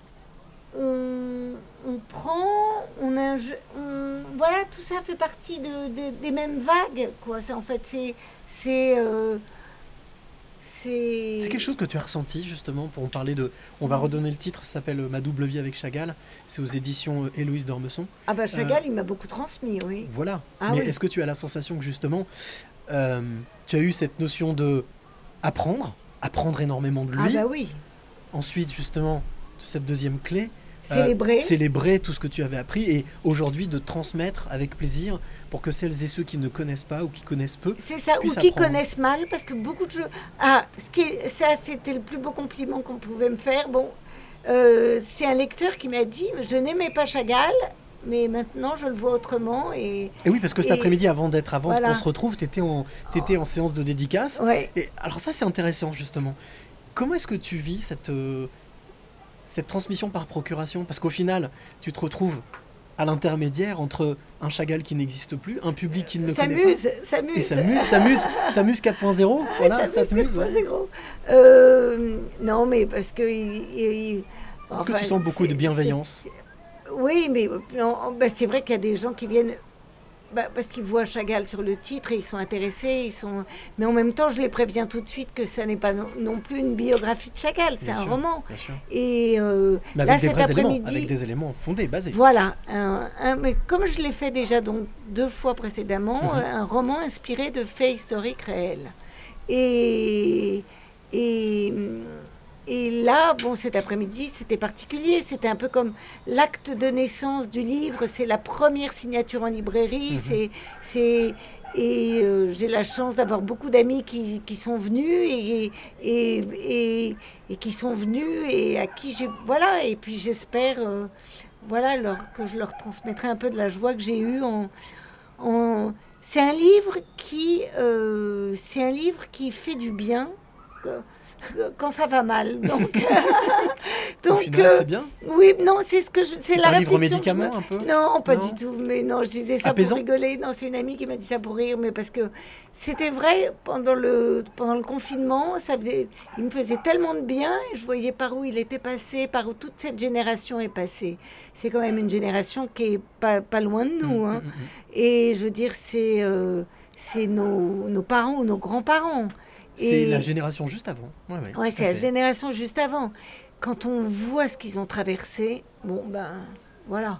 on, on prend, on, inge- on- voilà, tout ça fait partie de, de- des mêmes vagues, quoi. C'est, en fait, c'est, c'est, euh, c'est. C'est quelque chose que tu as ressenti justement pour en parler de. On va redonner le titre, ça s'appelle Ma double vie avec Chagall. C'est aux éditions euh, Héloïse d'Ormesson. Ah bah Chagall, il m'a beaucoup transmis, oui. Voilà. Ah Mais oui. est-ce que tu as la sensation que justement, euh, tu as eu cette notion de apprendre, apprendre énormément de Ah lui. bah oui. Ensuite, justement, cette deuxième clé. euh, Célébrer. célébrer tout ce que tu avais appris et aujourd'hui de transmettre avec plaisir pour que celles et ceux qui ne connaissent pas ou qui connaissent peu. C'est ça, ou puissent qui apprendre. connaissent mal, parce que beaucoup de jeux. Ah, ce qui est- ça, c'était le plus beau compliment qu'on pouvait me faire. Bon, euh, c'est un lecteur qui m'a dit je n'aimais pas Chagall, mais maintenant je le vois autrement. Et, Et oui, parce que cet Et- après-midi, avant d'être, avant Voilà. qu'on se retrouve, tu étais en, t'étais en séance de dédicace. ouais. Et alors ça, c'est intéressant justement. Comment est-ce que tu vis cette, euh, cette transmission par procuration? Parce qu'au final, tu te retrouves à l'intermédiaire entre un Chagall qui n'existe plus, un public qui ne le connaît S'amuse, pas. s'amuse. Et s'amuse, s'amuse, s'amuse quatre point zéro. Voilà, Ça ça me s'amuse. ouais. c'est gros. Euh, non, mais parce que. il- il- Est-ce que enfin, tu sens beaucoup de c'est- bienveillance? c'est- Oui, mais non, bah, c'est vrai qu'il y a des gens qui viennent. Bah, parce qu'ils voient Chagall sur le titre et ils sont intéressés. Ils sont... Mais en même temps, je les préviens tout de suite que ça n'est pas non, non plus une biographie de Chagall, c'est Bien un sûr, roman. bien sûr. Et euh, Mais là, avec des cet vrais éléments, après-midi. avec des éléments fondés, basés. Voilà, un, un- mais comme je l'ai fait déjà donc deux fois précédemment, Mhm. un roman inspiré de faits historiques réels. Et, et, et là, bon, cet après-midi, c'était particulier. C'était un peu comme l'acte de naissance du livre. C'est la première signature en librairie. Mmh. C'est, c'est, et euh, j'ai la chance d'avoir beaucoup d'amis qui, qui sont venus et, et, et, et qui sont venus et à qui j'ai... Voilà, et puis j'espère euh, voilà, leur, que je leur transmettrai un peu de la joie que j'ai eue en... en... C'est un livre qui, euh, c'est un livre qui fait du bien euh, quand ça va mal. Donc, donc Au final, euh, c'est bien. Oui, non, c'est ce que je. C'est, c'est la un réflexion. livre médicament me... un peu. Non, pas non. du tout. Mais non, je disais ça Apaisant. pour rigoler. Non, c'est une amie qui m'a dit ça pour rire, mais parce que c'était vrai pendant le pendant le confinement, ça faisait, il me faisait tellement de bien. Et je voyais par où il était passé, par où toute cette génération est passée. C'est quand même une génération qui est pas pas loin de nous. Mmh, hein. mmh, mmh. Et je veux dire, c'est euh, c'est nos nos parents ou nos grands-parents. C'est et... la génération juste avant. Ouais, ouais, ouais c'est la génération juste avant. Quand on voit ce qu'ils ont traversé, bon ben voilà.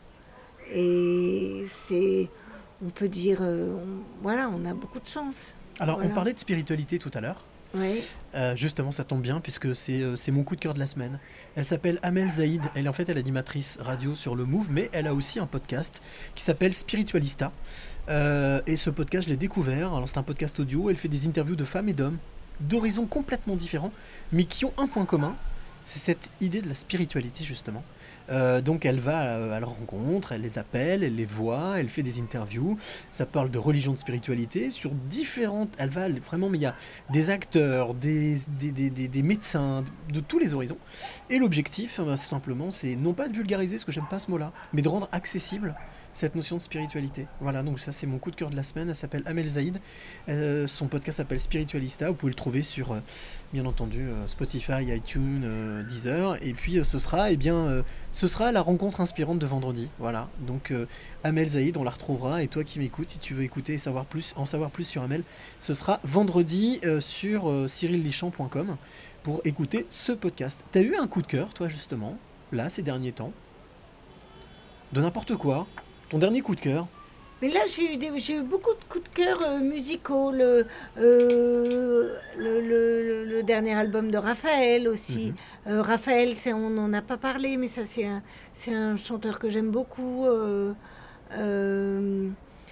Et c'est, on peut dire, euh, on, voilà, on a beaucoup de chance. Alors voilà. On parlait de spiritualité tout à l'heure. Oui. Euh, justement, ça tombe bien puisque c'est, euh, c'est mon coup de cœur de la semaine. Elle s'appelle Amel Zaïd. Elle en fait, elle est animatrice radio sur le Move, mais elle a aussi un podcast qui s'appelle Spiritualista. Euh, et ce podcast, je l'ai découvert. Alors c'est un podcast audio. Elle fait des interviews de femmes et d'hommes d'horizons complètement différents, mais qui ont un point commun, c'est cette idée de la spiritualité justement. Euh, donc elle va euh, à leur rencontre, elle les appelle, elle les voit, elle fait des interviews, ça parle de religion, de spiritualité, sur différentes... Elle va vraiment, mais il y a des acteurs, des, des, des, des, des médecins, de tous les horizons. Et l'objectif, bah, simplement, c'est non pas de vulgariser, parce que j'aime pas ce mot-là, mais de rendre accessible cette notion de spiritualité. Voilà, donc ça c'est mon coup de cœur de la semaine. Elle s'appelle Amel Zaïd. Euh, son podcast s'appelle Spiritualista. Vous pouvez le trouver sur, euh, bien entendu, euh, Spotify, iTunes, euh, Deezer. Et puis euh, ce sera, eh bien, euh, ce sera la rencontre inspirante de vendredi. Voilà. Donc euh, Amel Zaïd, on la retrouvera. Et toi qui m'écoutes, si tu veux écouter et savoir plus, en savoir plus sur Amel, ce sera vendredi euh, sur euh, cyril lichamp point com pour écouter ce podcast. T'as eu un coup de cœur, toi justement, là ces derniers temps, de n'importe quoi? Ton dernier coup de cœur? Mais là, j'ai eu, des, j'ai eu beaucoup de coups de cœur euh, musicaux. Le, euh, le, le, le, le dernier album de Raphaël aussi. Mm-hmm. Euh, Raphaël, c'est, on n'en a pas parlé, mais ça, c'est un, c'est un chanteur que j'aime beaucoup. Euh, euh,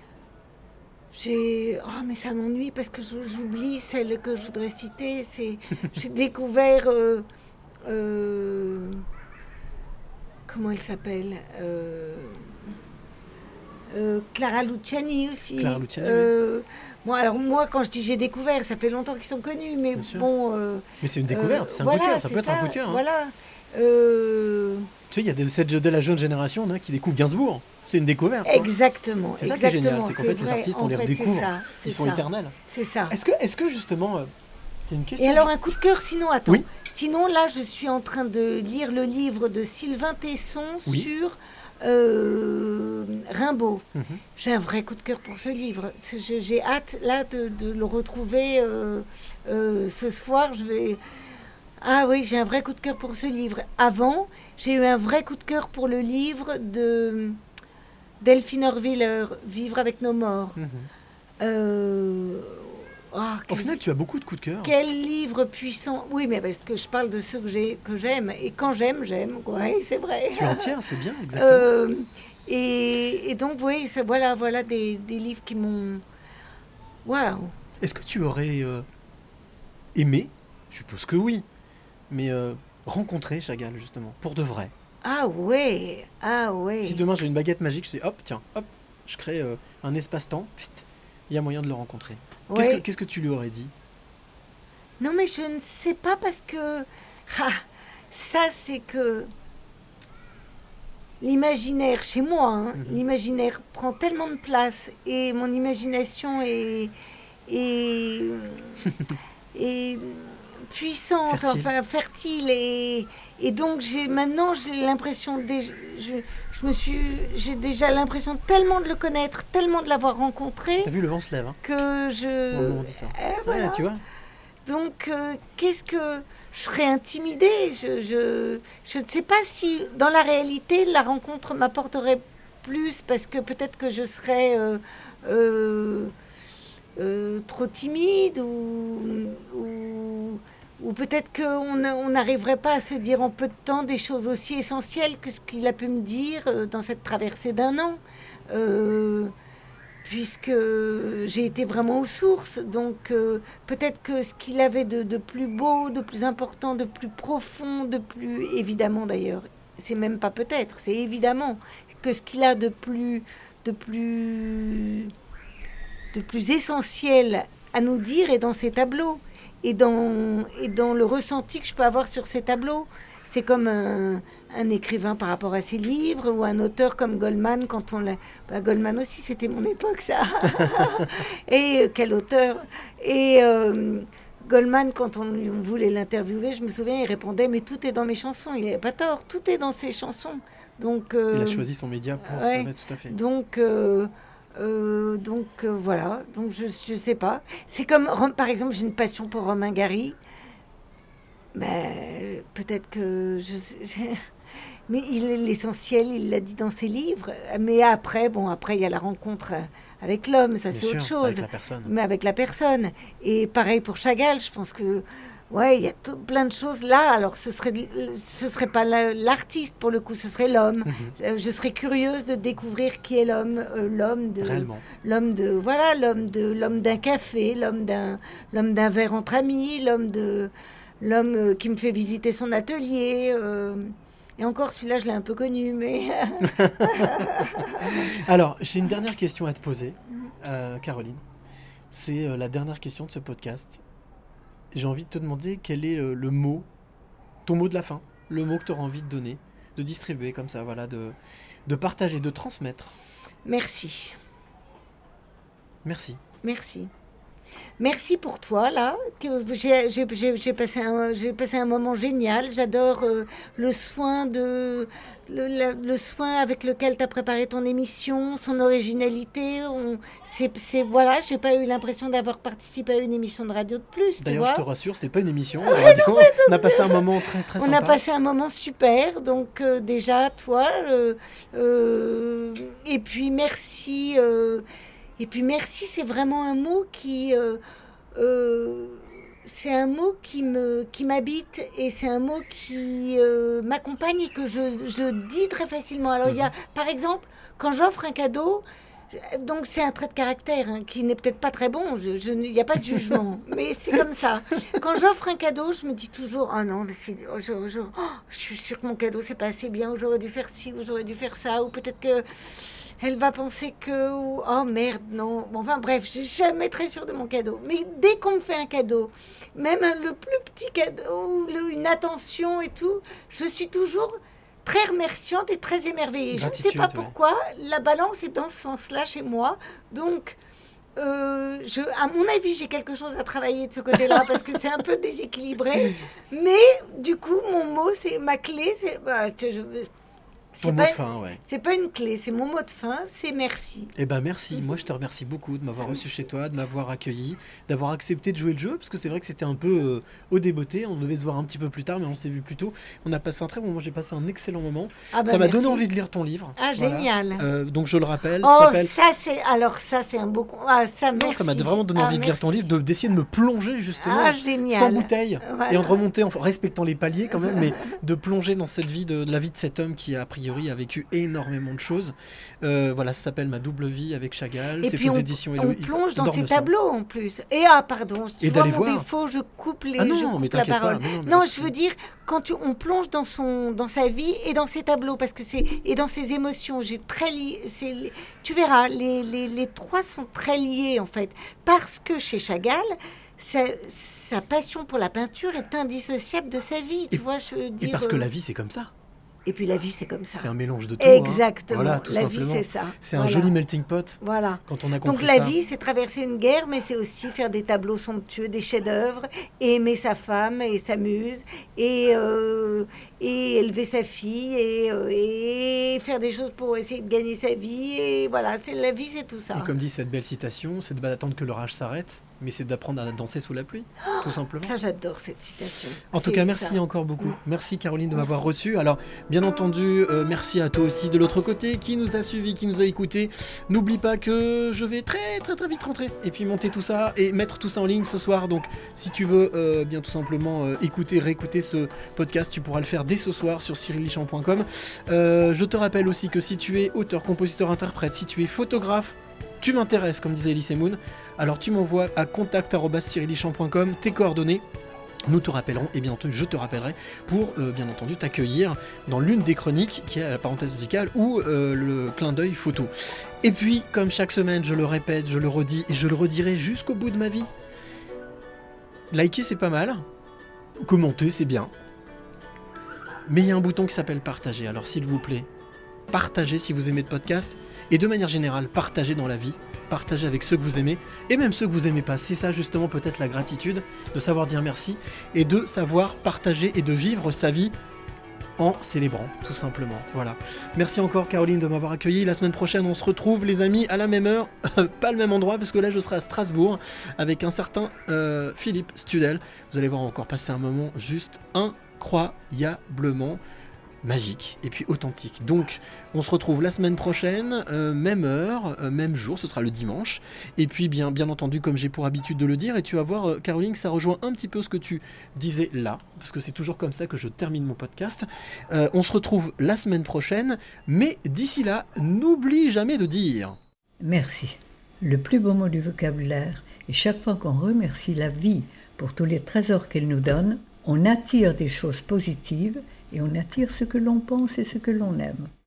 j'ai... Oh, mais ça m'ennuie parce que j'oublie celle que je voudrais citer. C'est, j'ai découvert... Euh, euh, comment elle s'appelle euh, Euh, Clara Luciani aussi. Clara Luciani, euh, oui. Bon, alors moi, quand je dis j'ai découvert, ça fait longtemps qu'ils sont connus, mais Bien bon. Euh, mais c'est une découverte, euh, c'est un voilà, coup de cœur, ça peut être ça, un coup de cœur. Hein. Voilà. Euh... Tu sais, il y a de, cette, de la jeune génération hein, qui découvre Gainsbourg. C'est une découverte. Exactement. C'est ça exactement, qui est génial, c'est qu'en c'est fait, vrai, les artistes, on les fait, redécouvre. Ça, ils sont ça. éternels. C'est ça. Est-ce que, est-ce que justement, euh, c'est une question. Et alors, un coup de cœur, sinon, attends. Oui. Sinon, là, je suis en train de lire le livre de Sylvain Tesson oui. sur. Euh, Rimbaud. Mm-hmm. J'ai un vrai coup de cœur pour ce livre. Je, j'ai hâte là de, de le retrouver euh, euh, ce soir. Je vais. Ah oui, j'ai un vrai coup de cœur pour ce livre. Avant, j'ai eu un vrai coup de cœur pour le livre de Delphine Orwiller, Vivre avec nos morts. Mm-hmm. Euh... Oh, Au final, tu as beaucoup de coups de cœur. Quel livre puissant. Oui, mais parce que je parle de ceux que, j'ai, que j'aime. Et quand j'aime, j'aime. Oui, c'est vrai. Tu en tiens, c'est bien, exactement. Euh, et, et donc, oui, ça, voilà, voilà des, des livres qui m'ont... Waouh. Est-ce que tu aurais euh, aimé, je suppose que oui, mais euh, rencontrer Chagall, justement, pour de vrai? Ah ouais, ah ouais. Si demain j'ai une baguette magique, je dis hop, tiens, hop, je crée euh, un espace-temps, il y a moyen de le rencontrer. Qu'est-ce, ouais. que, qu'est-ce que tu lui aurais dit? Non, mais je ne sais pas parce que... Ah, ça, c'est que... L'imaginaire, chez moi, hein, mm-hmm. l'imaginaire prend tellement de place et mon imagination est... est, est puissante, fertile. enfin fertile. Et, et donc, j'ai, maintenant, j'ai l'impression... De, je, je me suis, j'ai déjà l'impression tellement de le connaître, tellement de l'avoir rencontré. T'as vu, le vent se lève. Hein. Que je... Au moment on dit ça. Euh, voilà. Ouais, tu vois. Donc, euh, qu'est-ce que... Je serais intimidée. Je, je, je ne sais pas si, dans la réalité, la rencontre m'apporterait plus, parce que peut-être que je serais... Euh, euh, euh, trop timide ou, ou, ou peut-être qu'on n'arriverait pas à se dire en peu de temps des choses aussi essentielles que ce qu'il a pu me dire euh, dans cette traversée d'un an. Euh, puisque j'ai été vraiment aux sources. Donc euh, peut-être que ce qu'il avait de, de plus beau, de plus important, de plus profond, de plus... Évidemment d'ailleurs, c'est même pas peut-être, c'est évidemment que ce qu'il a de plus, de plus, de plus essentiel à nous dire est dans ses tableaux et dans, et dans le ressenti que je peux avoir sur ces tableaux. C'est comme un, un écrivain par rapport à ses livres ou un auteur comme Goldman quand on l'a... Bah, Goldman aussi, c'était mon époque, ça. Et euh, quel auteur. Et euh, Goldman, quand on, on voulait l'interviewer, je me souviens, il répondait « Mais tout est dans mes chansons ». Il n'avait pas tort, tout est dans ses chansons. Donc, euh, il a choisi son média pour... Ouais, ouais, tout à fait. Donc... Euh, Euh, donc euh, voilà, donc je je sais pas. C'est comme par exemple j'ai une passion pour Romain Gary. Ben peut-être que je, je mais il est l'essentiel, il l'a dit dans ses livres. Mais après bon après il y a la rencontre avec l'homme, ça Bien c'est sûr, autre chose. avec la personne. Mais avec la personne. Et pareil pour Chagall, je pense que ouais, il y a tout, plein de choses là. Alors, ce serait, ce serait pas la, l'artiste pour le coup, ce serait l'homme. Mm-hmm. Euh, je serais curieuse de découvrir qui est l'homme, euh, l'homme de, Réellement. l'homme de, voilà, l'homme de, l'homme d'un café, l'homme d'un, l'homme d'un verre entre amis, l'homme de, l'homme euh, qui me fait visiter son atelier. Euh, et encore, celui-là, je l'ai un peu connu, mais. Alors, j'ai une dernière question à te poser, euh, Caroline. C'est euh, la dernière question de ce podcast. J'ai envie de te demander quel est le, le mot, ton mot de la fin, le mot que tu auras envie de donner, de distribuer comme ça, voilà, de, de partager, de transmettre. Merci. Merci. Merci. Merci pour toi, là. Que j'ai, j'ai, j'ai, j'ai, passé un, j'ai passé un moment génial. J'adore euh, le soin de... Le, le, le soin avec lequel tu as préparé ton émission, son originalité. On, c'est, c'est, voilà, j'ai pas eu l'impression d'avoir participé à une émission de radio de plus. D'ailleurs, tu je vois te rassure, c'est pas une émission. Ouais, radio. non, ouais, on a passé un moment très, très on sympa. On a passé un moment super. Donc, euh, déjà, toi. Euh, euh, et puis, merci. Euh, et puis, merci, c'est vraiment un mot qui. Euh, euh, c'est un mot qui me qui m'habite et c'est un mot qui euh, m'accompagne et que je, je dis très facilement. Alors, mmh. il y a, par exemple, quand j'offre un cadeau, donc c'est un trait de caractère hein, qui n'est peut-être pas très bon, il je, n'y a pas de jugement, mais c'est comme ça. Quand j'offre un cadeau, je me dis toujours, oh non, mais c'est, oh, je, je, oh, je suis sûre que mon cadeau, c'est pas assez bien, ou j'aurais dû faire ci, ou j'aurais dû faire ça, ou peut-être que... elle va penser que... Ou, oh merde, non. Bon, enfin bref, je suis jamais très sûre de mon cadeau. Mais dès qu'on me fait un cadeau, même le plus petit cadeau, le, une attention et tout, je suis toujours très remerciante et très émerveillée. Gratitude, je ne sais pas pourquoi, ouais. La balance est dans ce sens-là chez moi. Donc, euh, je, à mon avis, j'ai quelque chose à travailler de ce côté-là parce que c'est un peu déséquilibré. Mais du coup, mon mot, c'est ma clé, c'est... Bah, je, Ton mot de fin, ouais. C'est pas une clé, c'est mon mot de fin, c'est merci. Eh ben merci, mm-hmm. Moi je te remercie beaucoup de m'avoir reçu chez toi, de m'avoir accueilli, d'avoir accepté de jouer le jeu, parce que c'est vrai que c'était un peu euh, au débeauté, on devait se voir un petit peu plus tard, mais on s'est vu plus tôt. On a passé un très bon moment, j'ai passé un excellent moment. Ah bah ça m'a merci. Donné envie de lire ton livre. Ah voilà. Génial. Euh, donc je le rappelle. Oh ça, ça c'est, alors ça c'est un beau... Ah ça merci. Non, ça m'a vraiment donné envie ah, de lire ton livre, de, d'essayer de me plonger justement, ah, génial. Sans bouteille, voilà. Et en remonter, en respectant les paliers quand même, mais de plonger dans cette vie, de, de la vie de cet homme qui a priori a vécu énormément de choses. Euh, voilà, ça s'appelle Ma double vie avec Chagall. Et c'est puis aux on, éditions on Héloïse plonge dans ces tableaux en plus. Et ah pardon, je et vois mon voir. défaut, je coupe les, ah non, je coupe mais la parole. Pas, non, non, non je veux dire quand tu, on plonge dans son, dans sa vie et dans ses tableaux parce que c'est et dans ses émotions. J'ai très li, c'est, tu verras, les, les, les trois sont très liés en fait parce que chez Chagall. Sa, sa passion pour la peinture est indissociable de sa vie, tu et, vois, je veux dire. Et parce que la vie, c'est comme ça. Et puis la vie, c'est comme ça. C'est un mélange de tout. Exactement. Hein. Voilà, tout la simplement. vie, c'est ça. C'est voilà. un joli melting pot. Voilà. Quand on a compris Donc la ça. vie, c'est traverser une guerre, mais c'est aussi faire des tableaux somptueux, des chefs-d'œuvre, et aimer sa femme et sa muse, et, euh, et élever sa fille, et, euh, et faire des choses pour essayer de gagner sa vie. Et voilà, c'est la vie, c'est tout ça. Et comme dit cette belle citation, c'est d'attendre que l'orage s'arrête. mais c'est d'apprendre à danser sous la pluie, oh, tout simplement. Ça, j'adore cette citation. En c'est tout cas, merci ça. encore beaucoup. Mmh. Merci Caroline de Merci. m'avoir reçu. Alors, bien entendu, euh, merci à toi aussi de l'autre côté qui nous a suivis, qui nous a écoutés. N'oublie pas que je vais très très très vite rentrer et puis monter tout ça et mettre tout ça en ligne ce soir. Donc, si tu veux euh, bien tout simplement euh, écouter, réécouter ce podcast, tu pourras le faire dès ce soir sur cyril lichamp point com. Euh, je te rappelle aussi que si tu es auteur, compositeur, interprète, si tu es photographe, tu m'intéresses, comme disait Elise Moon, alors tu m'envoies à contact arobase cyril lichamp point com tes coordonnées. Nous te rappellerons, et bien entendu je te rappellerai, pour euh, bien entendu t'accueillir dans l'une des chroniques qui est la parenthèse musicale ou euh, le clin d'œil photo. Et puis, comme chaque semaine, je le répète, je le redis et je le redirai jusqu'au bout de ma vie. Liker c'est pas mal, commenter c'est bien, mais il y a un bouton qui s'appelle partager, alors s'il vous plaît, partagez si vous aimez le podcast, et de manière générale, partagez dans la vie, partagez avec ceux que vous aimez, et même ceux que vous aimez pas. C'est ça justement peut-être la gratitude, de savoir dire merci, et de savoir partager et de vivre sa vie en célébrant, tout simplement. Voilà. Merci encore Caroline de m'avoir accueilli. La semaine prochaine, on se retrouve les amis à la même heure, pas le même endroit, parce que là je serai à Strasbourg avec un certain euh, Philippe Studel. Vous allez voir, encore passer un moment juste incroyablement magique et puis authentique. Donc on se retrouve la semaine prochaine, euh, même heure, euh, même jour, ce sera le dimanche. Et puis bien, bien entendu, comme j'ai pour habitude de le dire, et tu vas voir euh, Caroline, ça rejoint un petit peu ce que tu disais là, parce que c'est toujours comme ça que je termine mon podcast. Euh, on se retrouve la semaine prochaine, mais d'ici là, n'oublie jamais de dire merci. Le plus beau mot du vocabulaire, et chaque fois qu'on remercie la vie pour tous les trésors qu'elle nous donne, on attire des choses positives et on attire ce que l'on pense et ce que l'on aime.